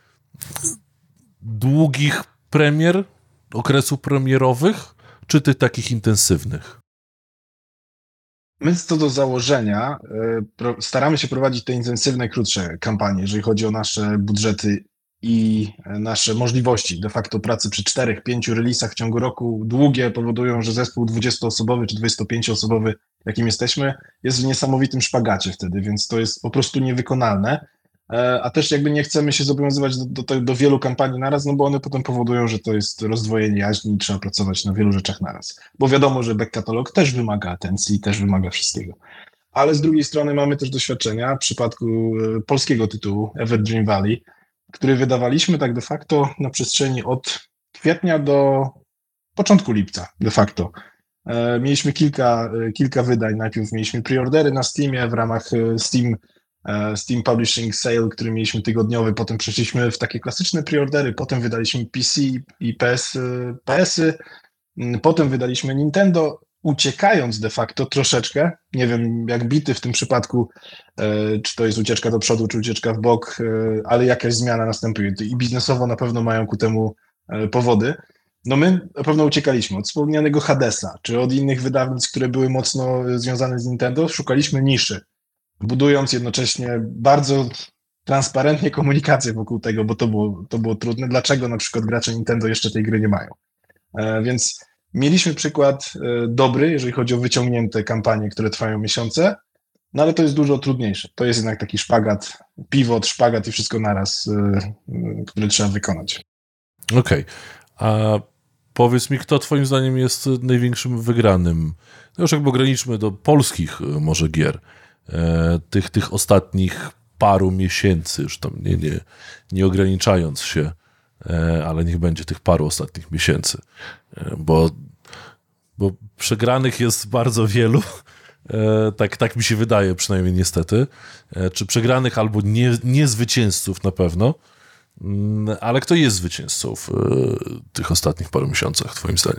długich premier, okresów premierowych, czy tych takich intensywnych? My co do założenia staramy się prowadzić te intensywne, krótsze kampanie, jeżeli chodzi o nasze budżety i nasze możliwości. De facto pracy przy czterech, pięciu releasach w ciągu roku długie powodują, że zespół dwudziestoosobowy czy dwudziestopięcioosobowy, jakim jesteśmy, jest w niesamowitym szpagacie wtedy, więc to jest po prostu niewykonalne. A też jakby nie chcemy się zobowiązywać do, do, do wielu kampanii naraz, no bo one potem powodują, że to jest rozdwojenie jaźni i trzeba pracować na wielu rzeczach naraz. Bo wiadomo, że back catalog też wymaga atencji, też wymaga wszystkiego. ale z drugiej strony mamy też doświadczenia w przypadku polskiego tytułu Everdream Valley, który wydawaliśmy tak de facto na przestrzeni od kwietnia do początku lipca de facto. Mieliśmy kilka, kilka wydań. Najpierw mieliśmy preordery na Steamie w ramach Steam, Steam Publishing Sale, który mieliśmy tygodniowy, potem przeszliśmy w takie klasyczne preordery, potem wydaliśmy P C i P S, P S-y, potem wydaliśmy Nintendo, uciekając de facto troszeczkę, nie wiem jak bity w tym przypadku, czy to jest ucieczka do przodu, czy ucieczka w bok, ale jakaś zmiana następuje i biznesowo na pewno mają ku temu powody. No my na pewno uciekaliśmy od wspomnianego Hadesa, czy od innych wydawnictw, które były mocno związane z Nintendo, szukaliśmy niszy, budując jednocześnie bardzo transparentnie komunikację wokół tego, bo to było, to było trudne. Dlaczego na przykład gracze Nintendo jeszcze tej gry nie mają? E, więc mieliśmy przykład e, dobry, jeżeli chodzi o wyciągnięte kampanie, które trwają miesiące, no ale to jest dużo trudniejsze. To jest jednak taki szpagat, pivot, szpagat i wszystko naraz, e, e, który trzeba wykonać. Okej. Okay. A powiedz mi, kto twoim zdaniem jest największym wygranym? No już jakby ograniczmy do polskich może gier, e, tych, tych ostatnich paru miesięcy, już tam nie, nie, nie ograniczając się, e, ale niech będzie tych paru ostatnich miesięcy, e, bo, bo przegranych jest bardzo wielu, e, tak, tak mi się wydaje przynajmniej niestety, e, czy przegranych albo nie, nie zwycięzców na pewno. Ale kto jest zwycięzcą w tych ostatnich paru miesiącach, twoim zdaniem?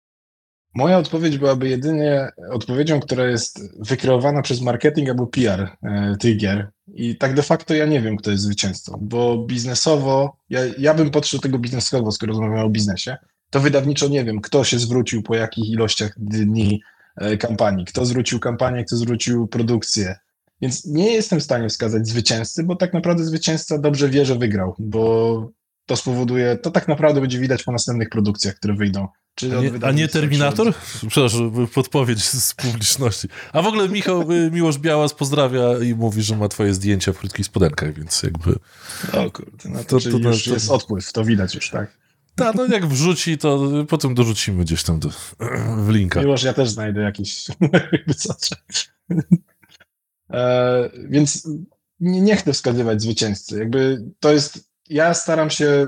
Moja odpowiedź byłaby jedynie odpowiedzią, która jest wykreowana przez marketing albo P R tych gier. I tak de facto ja nie wiem, kto jest zwycięzcą, bo biznesowo, ja, ja bym podszedł do tego biznesowo, skoro rozmawiamy o biznesie, to wydawniczo nie wiem, kto się zwrócił po jakich ilościach dni kampanii, kto zwrócił kampanię, kto zwrócił produkcję. Więc nie jestem w stanie wskazać zwycięzcy, bo tak naprawdę zwycięzca dobrze wie, że wygrał, bo to spowoduje, to tak naprawdę będzie widać po następnych produkcjach, które wyjdą. Czy a, nie, a nie Terminator? Od... Przepraszam, podpowiedź z publiczności. A w ogóle Michał Miłosz Białas pozdrawia i mówi, że ma twoje zdjęcia w krótkich spodenkach, więc jakby... O kurde, no to, to, to już to, jest odpływ, to widać już, tak? Tak, no jak wrzuci, to potem dorzucimy gdzieś tam do, w linka. Miłosz, ja też znajdę jakiś... jakby co. E, więc nie, nie chcę wskazywać zwycięzcy. Jakby to jest, ja staram się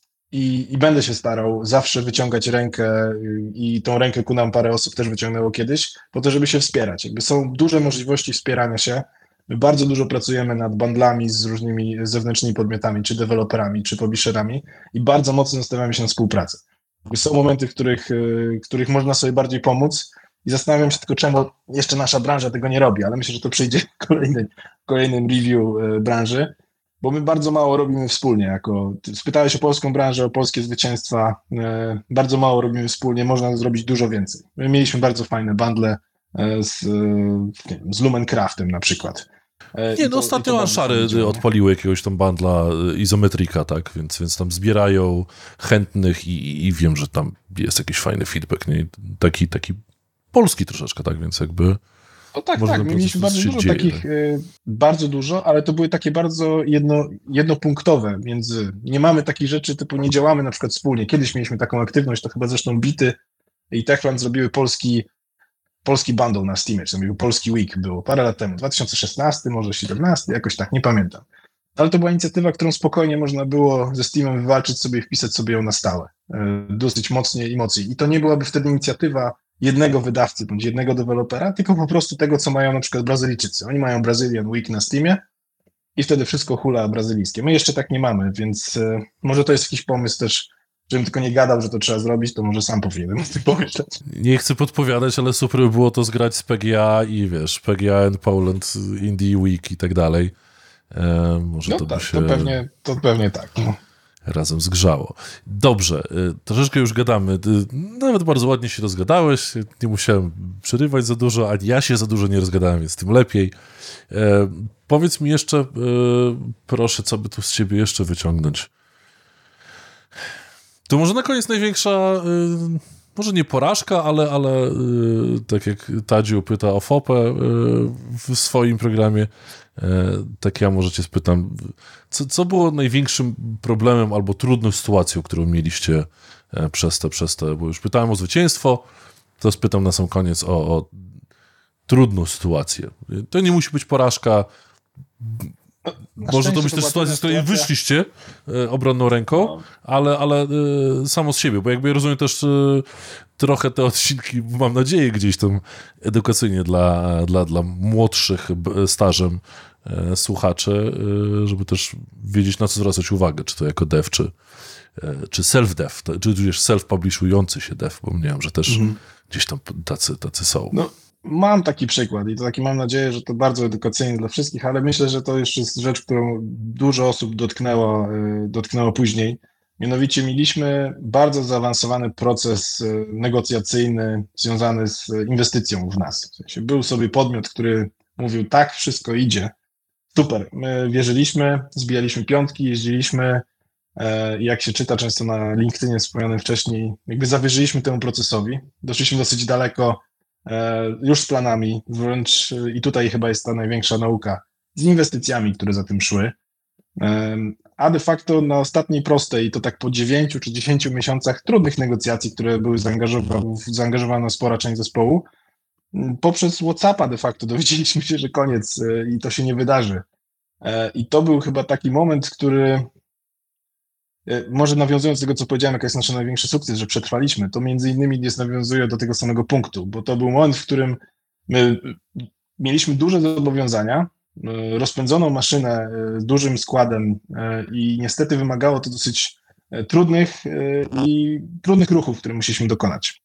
i, i będę się starał zawsze wyciągać rękę i tą rękę ku nam parę osób też wyciągnęło kiedyś, po to, żeby się wspierać. Jakby są duże możliwości wspierania się. My bardzo dużo pracujemy nad bundlami z różnymi zewnętrznymi podmiotami, czy deweloperami, czy publisherami i bardzo mocno nastawiamy się na współpracę. Jakby są momenty, w których, w których można sobie bardziej pomóc. I zastanawiam się tylko, czemu jeszcze nasza branża tego nie robi, ale myślę, że to przyjdzie w kolejnym, kolejnym review branży, bo my bardzo mało robimy wspólnie. Jako, spytałeś o polską branżę, o polskie zwycięstwa, bardzo mało robimy wspólnie, można zrobić dużo więcej. My mieliśmy bardzo fajne bundle z, nie wiem, z Lumencraftem na przykład. Nie, no to, ostatnio Szary odpaliły jakiegoś tam bundla izometrika, tak, więc, więc tam zbierają chętnych i, i wiem, że tam jest jakiś fajny feedback, nie? Taki, taki polski troszeczkę, tak, więc jakby... No tak, tak, my mieliśmy bardzo dużo dzieje, takich, y, bardzo dużo, ale to były takie bardzo jedno, jednopunktowe między... Nie mamy takich rzeczy typu nie działamy na przykład wspólnie. Kiedyś mieliśmy taką aktywność, to chyba zresztą Bity i Techland zrobiły polski, polski bundle na Steamie, czy tam polski week było parę lat temu, dwa tysiące szesnasty, może siedemnasty, jakoś tak, nie pamiętam. Ale to była inicjatywa, którą spokojnie można było ze Steamem wywalczyć sobie i wpisać sobie ją na stałe. Y, dosyć mocniej i mocniej. I to nie byłaby wtedy inicjatywa jednego wydawcy bądź jednego dewelopera, tylko po prostu tego, co mają na przykład Brazylijczycy. Oni mają Brazilian Week na Steamie i wtedy wszystko hula brazylijskie. My jeszcze tak nie mamy, więc y, może to jest jakiś pomysł też, żebym tylko nie gadał, że to trzeba zrobić, to może sam powinienem o tym pomyśleć. Nie chcę podpowiadać, ale super by było to zgrać z P G A i wiesz, P G A and Poland, Indie Week i tak dalej. E, może no to tak, by się... to pewnie, to pewnie tak. No. Razem zgrzało. Dobrze, troszeczkę już gadamy. Nawet bardzo ładnie się rozgadałeś. Nie musiałem przerywać za dużo, ani ja się za dużo nie rozgadałem, więc tym lepiej. E, powiedz mi jeszcze, e, proszę, co by tu z ciebie jeszcze wyciągnąć? To może na koniec największa, e, może nie porażka, ale, ale e, tak jak Tadziu pyta o Fopę e, w swoim programie, tak ja może cię spytam, co, co było największym problemem albo trudną sytuacją, którą mieliście przez te, przez te, bo już pytałem o zwycięstwo, to spytam na sam koniec o, o trudną sytuację. To nie musi być porażka. Na Może to być szczęście też sytuacja, z której sytuacja- wyszliście e, obronną ręką, No. ale, ale e, samo z siebie, bo jakby ja rozumiem też e, trochę te odcinki, mam nadzieję, gdzieś tam edukacyjnie dla, dla, dla młodszych b- stażem e, słuchaczy, e, żeby też wiedzieć, na co zwracać uwagę, czy to jako dev, czy, e, czy self-dev, to- czy tudzież self-publishujący się dev, bo wiem, że też Mhm. gdzieś tam tacy, tacy są. No, mam taki przykład i to taki mam nadzieję, że to bardzo edukacyjny dla wszystkich, ale myślę, że to jeszcze jest rzecz, którą dużo osób dotknęło, y, dotknęło później. Mianowicie mieliśmy bardzo zaawansowany proces y, negocjacyjny związany z inwestycją w nas. W sensie był sobie podmiot, który mówił, tak, wszystko idzie, super. My wierzyliśmy, zbijaliśmy piątki, jeździliśmy, e, jak się czyta często na LinkedInie wspomnianym wcześniej, jakby zawierzyliśmy temu procesowi. Doszliśmy dosyć daleko e, już z planami, wręcz e, i tutaj chyba jest ta największa nauka, z inwestycjami, które za tym szły. E, A de facto na ostatniej prostej, to tak po dziewięciu czy dziesięciu miesiącach trudnych negocjacji, które były zaangażowane, zaangażowana spora część zespołu, m, poprzez WhatsAppa de facto dowiedzieliśmy się, że koniec e, i to się nie wydarzy. E, I to był chyba taki moment, który, e, może nawiązując do tego, co powiedziałem, jaki jest nasz największy sukces, że przetrwaliśmy, to między innymi jest nawiązuje do tego samego punktu, bo to był moment, w którym my mieliśmy duże zobowiązania, e, rozpędzoną maszynę e, z dużym składem e, i niestety wymagało to dosyć e, trudnych e, i trudnych ruchów, które musieliśmy dokonać.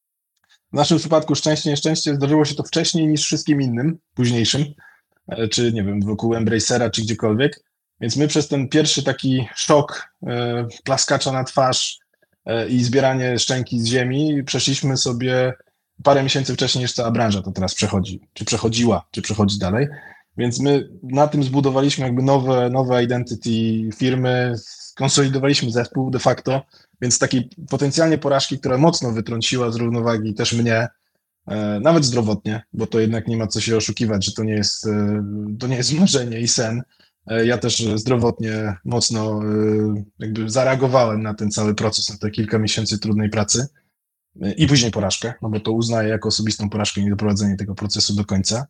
W naszym przypadku szczęście, nieszczęście zdarzyło się to wcześniej niż wszystkim innym, późniejszym, e, czy nie wiem, wokół Embracera, czy gdziekolwiek. Więc my przez ten pierwszy taki szok, e, plaskacza na twarz e, i zbieranie szczęki z ziemi przeszliśmy sobie parę miesięcy wcześniej niż cała branża to teraz przechodzi, czy przechodziła, czy przechodzi dalej. Więc my na tym zbudowaliśmy jakby nowe, nowe identity firmy, skonsolidowaliśmy zespół de facto, więc takiej potencjalnie porażki, która mocno wytrąciła z równowagi też mnie, e, nawet zdrowotnie, bo to jednak nie ma co się oszukiwać, że to nie jest, e, to nie jest marzenie i sen. E, Ja też zdrowotnie mocno e, jakby zareagowałem na ten cały proces, na te kilka miesięcy trudnej pracy e, i później porażkę, no bo to uznaję jako osobistą porażkę i doprowadzenie tego procesu do końca.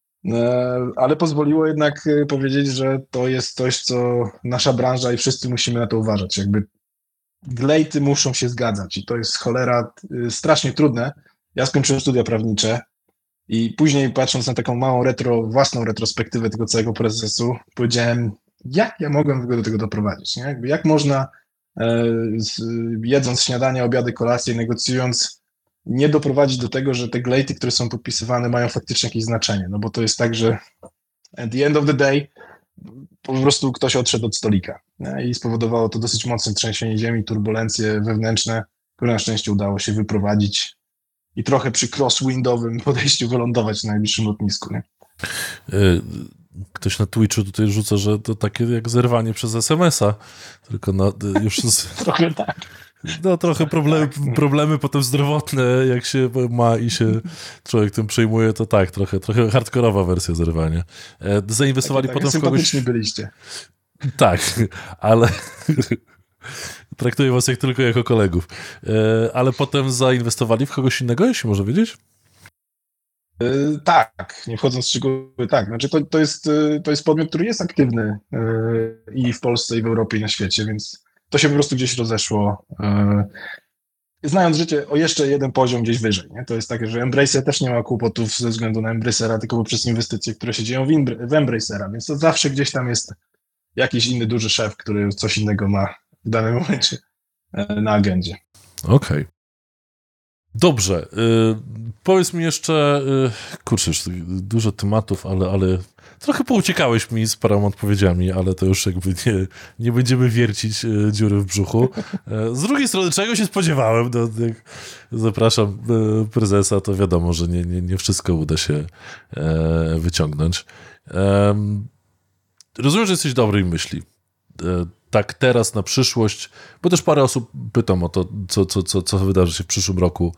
E, Ale pozwoliło jednak e, powiedzieć, że to jest coś, co nasza branża i wszyscy musimy na to uważać. Jakby glejty muszą się zgadzać i to jest cholera y, strasznie trudne. Ja skończyłem studia prawnicze i później patrząc na taką małą retro, własną retrospektywę tego całego procesu, powiedziałem, jak ja mogłem w ogóle do tego doprowadzić, nie? Jakby jak można e, z, jedząc śniadanie, obiady, kolacje, negocjując, nie doprowadzić do tego, że te glejty, które są podpisywane, mają faktycznie jakieś znaczenie, no bo to jest tak, że at the end of the day po prostu ktoś odszedł od stolika, nie? I spowodowało to dosyć mocne trzęsienie ziemi, turbulencje wewnętrzne, które na szczęście udało się wyprowadzić i trochę przy crosswindowym podejściu wylądować na najbliższym lotnisku. Nie? Y, Ktoś na Twitchu tutaj rzuca, że to takie jak zerwanie przez es em es a, tylko na, już z, Trochę tak. no trochę problemy, problemy potem zdrowotne, jak się ma i się człowiek tym przejmuje, to tak, trochę, trochę hardkorowa wersja zerwania. E, Zainwestowali Takie, potem tak, w kogoś... sympatyczni byliście. Tak, ale traktuję was jak tylko jako kolegów. E, Ale potem zainwestowali w kogoś innego, jeśli można wiedzieć? Yy, tak, nie wchodząc w szczegóły, tak. Znaczy to, to, jest, yy, to jest podmiot, który jest aktywny yy, i w Polsce, i w Europie, i na świecie, więc to się po prostu gdzieś rozeszło. Yy, znając życie o jeszcze jeden poziom gdzieś wyżej. Nie? To jest takie, że Embracer też nie ma kłopotów ze względu na Embracera, tylko poprzez inwestycje, które się dzieją w, Imbr- w Embracera, więc to zawsze gdzieś tam jest jakiś inny duży szef, który coś innego ma w danym momencie yy, na agendzie. Okej. Okay. Dobrze. Y, powiedz mi jeszcze, y, kurczę, już dużo tematów, ale, ale trochę pouciekałeś mi z paroma odpowiedziami, ale to już jakby nie, nie będziemy wiercić y, dziury w brzuchu. Y, z drugiej strony, czego się spodziewałem? No, jak zapraszam y, prezesa, to wiadomo, że nie, nie, nie wszystko uda się y, wyciągnąć. Y, rozumiem, że jesteś dobrej myśli. Y, tak teraz na przyszłość, bo też parę osób pytam o to, co, co, co, co wydarzy się w przyszłym roku,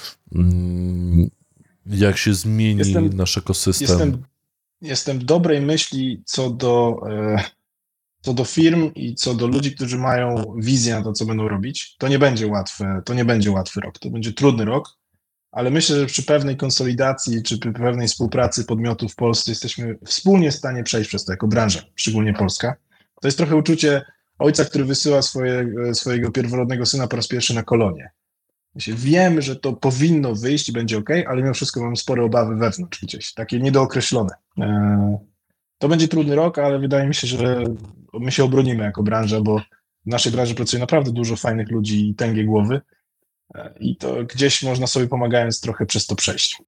jak się zmieni jestem, nasz ekosystem. Jestem, jestem dobrej myśli co do, e, co do firm i co do ludzi, którzy mają wizję na to, co będą robić. To nie będzie łatwe, to nie będzie łatwy rok, to będzie trudny rok, ale myślę, że przy pewnej konsolidacji czy przy pewnej współpracy podmiotów w Polsce jesteśmy wspólnie w stanie przejść przez to jako branża, szczególnie Polska. To jest trochę uczucie ojca, który wysyła swoje, swojego pierworodnego syna po raz pierwszy na kolonię. Wiem, że to powinno wyjść i będzie ok, ale mimo wszystko mam spore obawy wewnątrz gdzieś, takie niedookreślone. To będzie trudny rok, ale wydaje mi się, że my się obronimy jako branża, bo w naszej branży pracuje naprawdę dużo fajnych ludzi i tęgie głowy i to gdzieś można sobie pomagając trochę przez to przejść.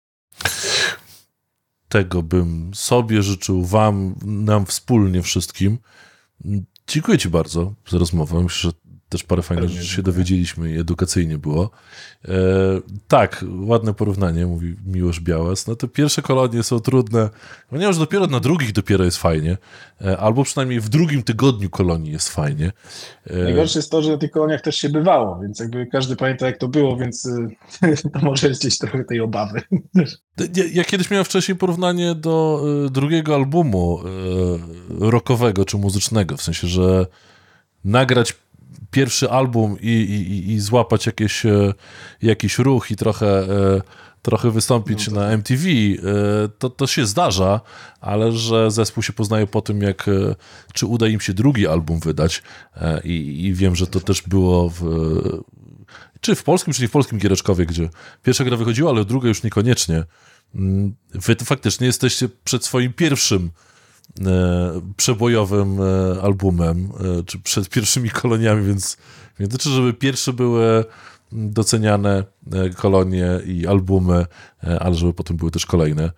Tego bym sobie życzył, wam, nam wspólnie wszystkim. Dziękuję ci bardzo za rozmowę. Myślę, że też parę fajnych rzeczy się dowiedzieliśmy i edukacyjnie było. E, tak, ładne porównanie, mówi Miłosz Białas. No te pierwsze kolonie są trudne, ponieważ dopiero na drugich dopiero jest fajnie, e, albo przynajmniej w drugim tygodniu kolonii jest fajnie. E, Najgorsze jest to, że na tych koloniach też się bywało, więc jakby każdy pamięta, jak to było, więc y, to może jest gdzieś trochę tej obawy. Ja, ja kiedyś miałem wcześniej porównanie do y, drugiego albumu y, rockowego czy muzycznego, w sensie, że nagrać pierwszy album i, i, i złapać jakieś, jakiś ruch i trochę, trochę wystąpić no to... na M T V, to, to się zdarza, ale że zespół się poznaje po tym, jak, czy uda im się drugi album wydać i, i wiem, że to też było w, czy w polskim, czy nie w polskim Giereczkowie, gdzie pierwsza gra wychodziła, ale druga już niekoniecznie. Wy to faktycznie jesteście przed swoim pierwszym przebojowym albumem, czy przed pierwszymi koloniami, więc nie dotyczy, żeby pierwsze były doceniane kolonie i albumy, ale żeby potem były też kolejne.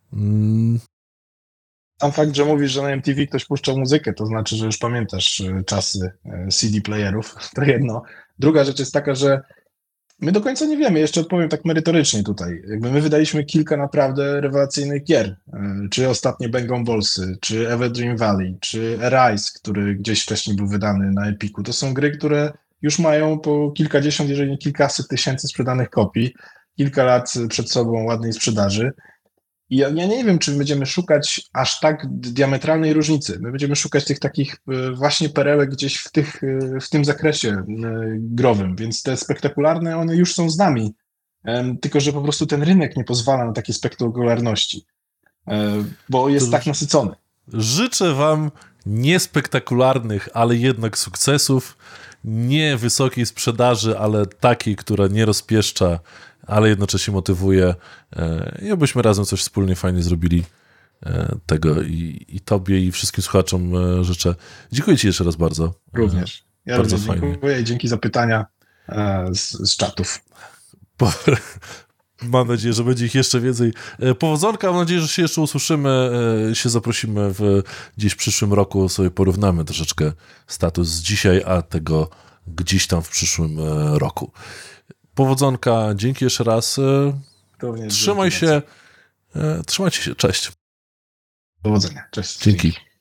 Sam fakt, że mówisz, że na M T V ktoś puszczał muzykę, to znaczy, że już pamiętasz czasy C D playerów, to jedno. Druga rzecz jest taka, że my do końca nie wiemy, jeszcze odpowiem tak merytorycznie tutaj. Jakby my wydaliśmy kilka naprawdę rewelacyjnych gier, czy ostatnie Bang on Ballsy, czy Everdream Valley, czy Arise, który gdzieś wcześniej był wydany na Epiku. To są gry, które już mają po kilkadziesiąt, jeżeli nie kilkaset tysięcy sprzedanych kopii, kilka lat przed sobą ładnej sprzedaży. I ja, ja nie wiem, czy będziemy szukać aż tak diametralnej różnicy. My będziemy szukać tych takich właśnie perełek gdzieś w, tych, w tym zakresie growym, więc te spektakularne, one już są z nami, tylko że po prostu ten rynek nie pozwala na takie spektakularności, bo jest to tak nasycony. Życzę wam niespektakularnych, ale jednak sukcesów, nie wysokiej sprzedaży, ale takiej, która nie rozpieszcza, ale jednocześnie motywuje i abyśmy razem coś wspólnie fajnie zrobili tego i, i tobie i wszystkim słuchaczom życzę. Dziękuję ci jeszcze raz bardzo. Również. Ja bardzo również fajnie. Dziękuję i dzięki za pytania z, z czatów. Mam nadzieję, że będzie ich jeszcze więcej. Powodzonka, mam nadzieję, że się jeszcze usłyszymy, się zaprosimy w gdzieś w przyszłym roku, sobie porównamy troszeczkę status z dzisiaj, a tego gdzieś tam w przyszłym roku. Powodzonka, dzięki jeszcze raz. Trzymaj się, trzymajcie się, cześć. Powodzenia, cześć. Dzięki.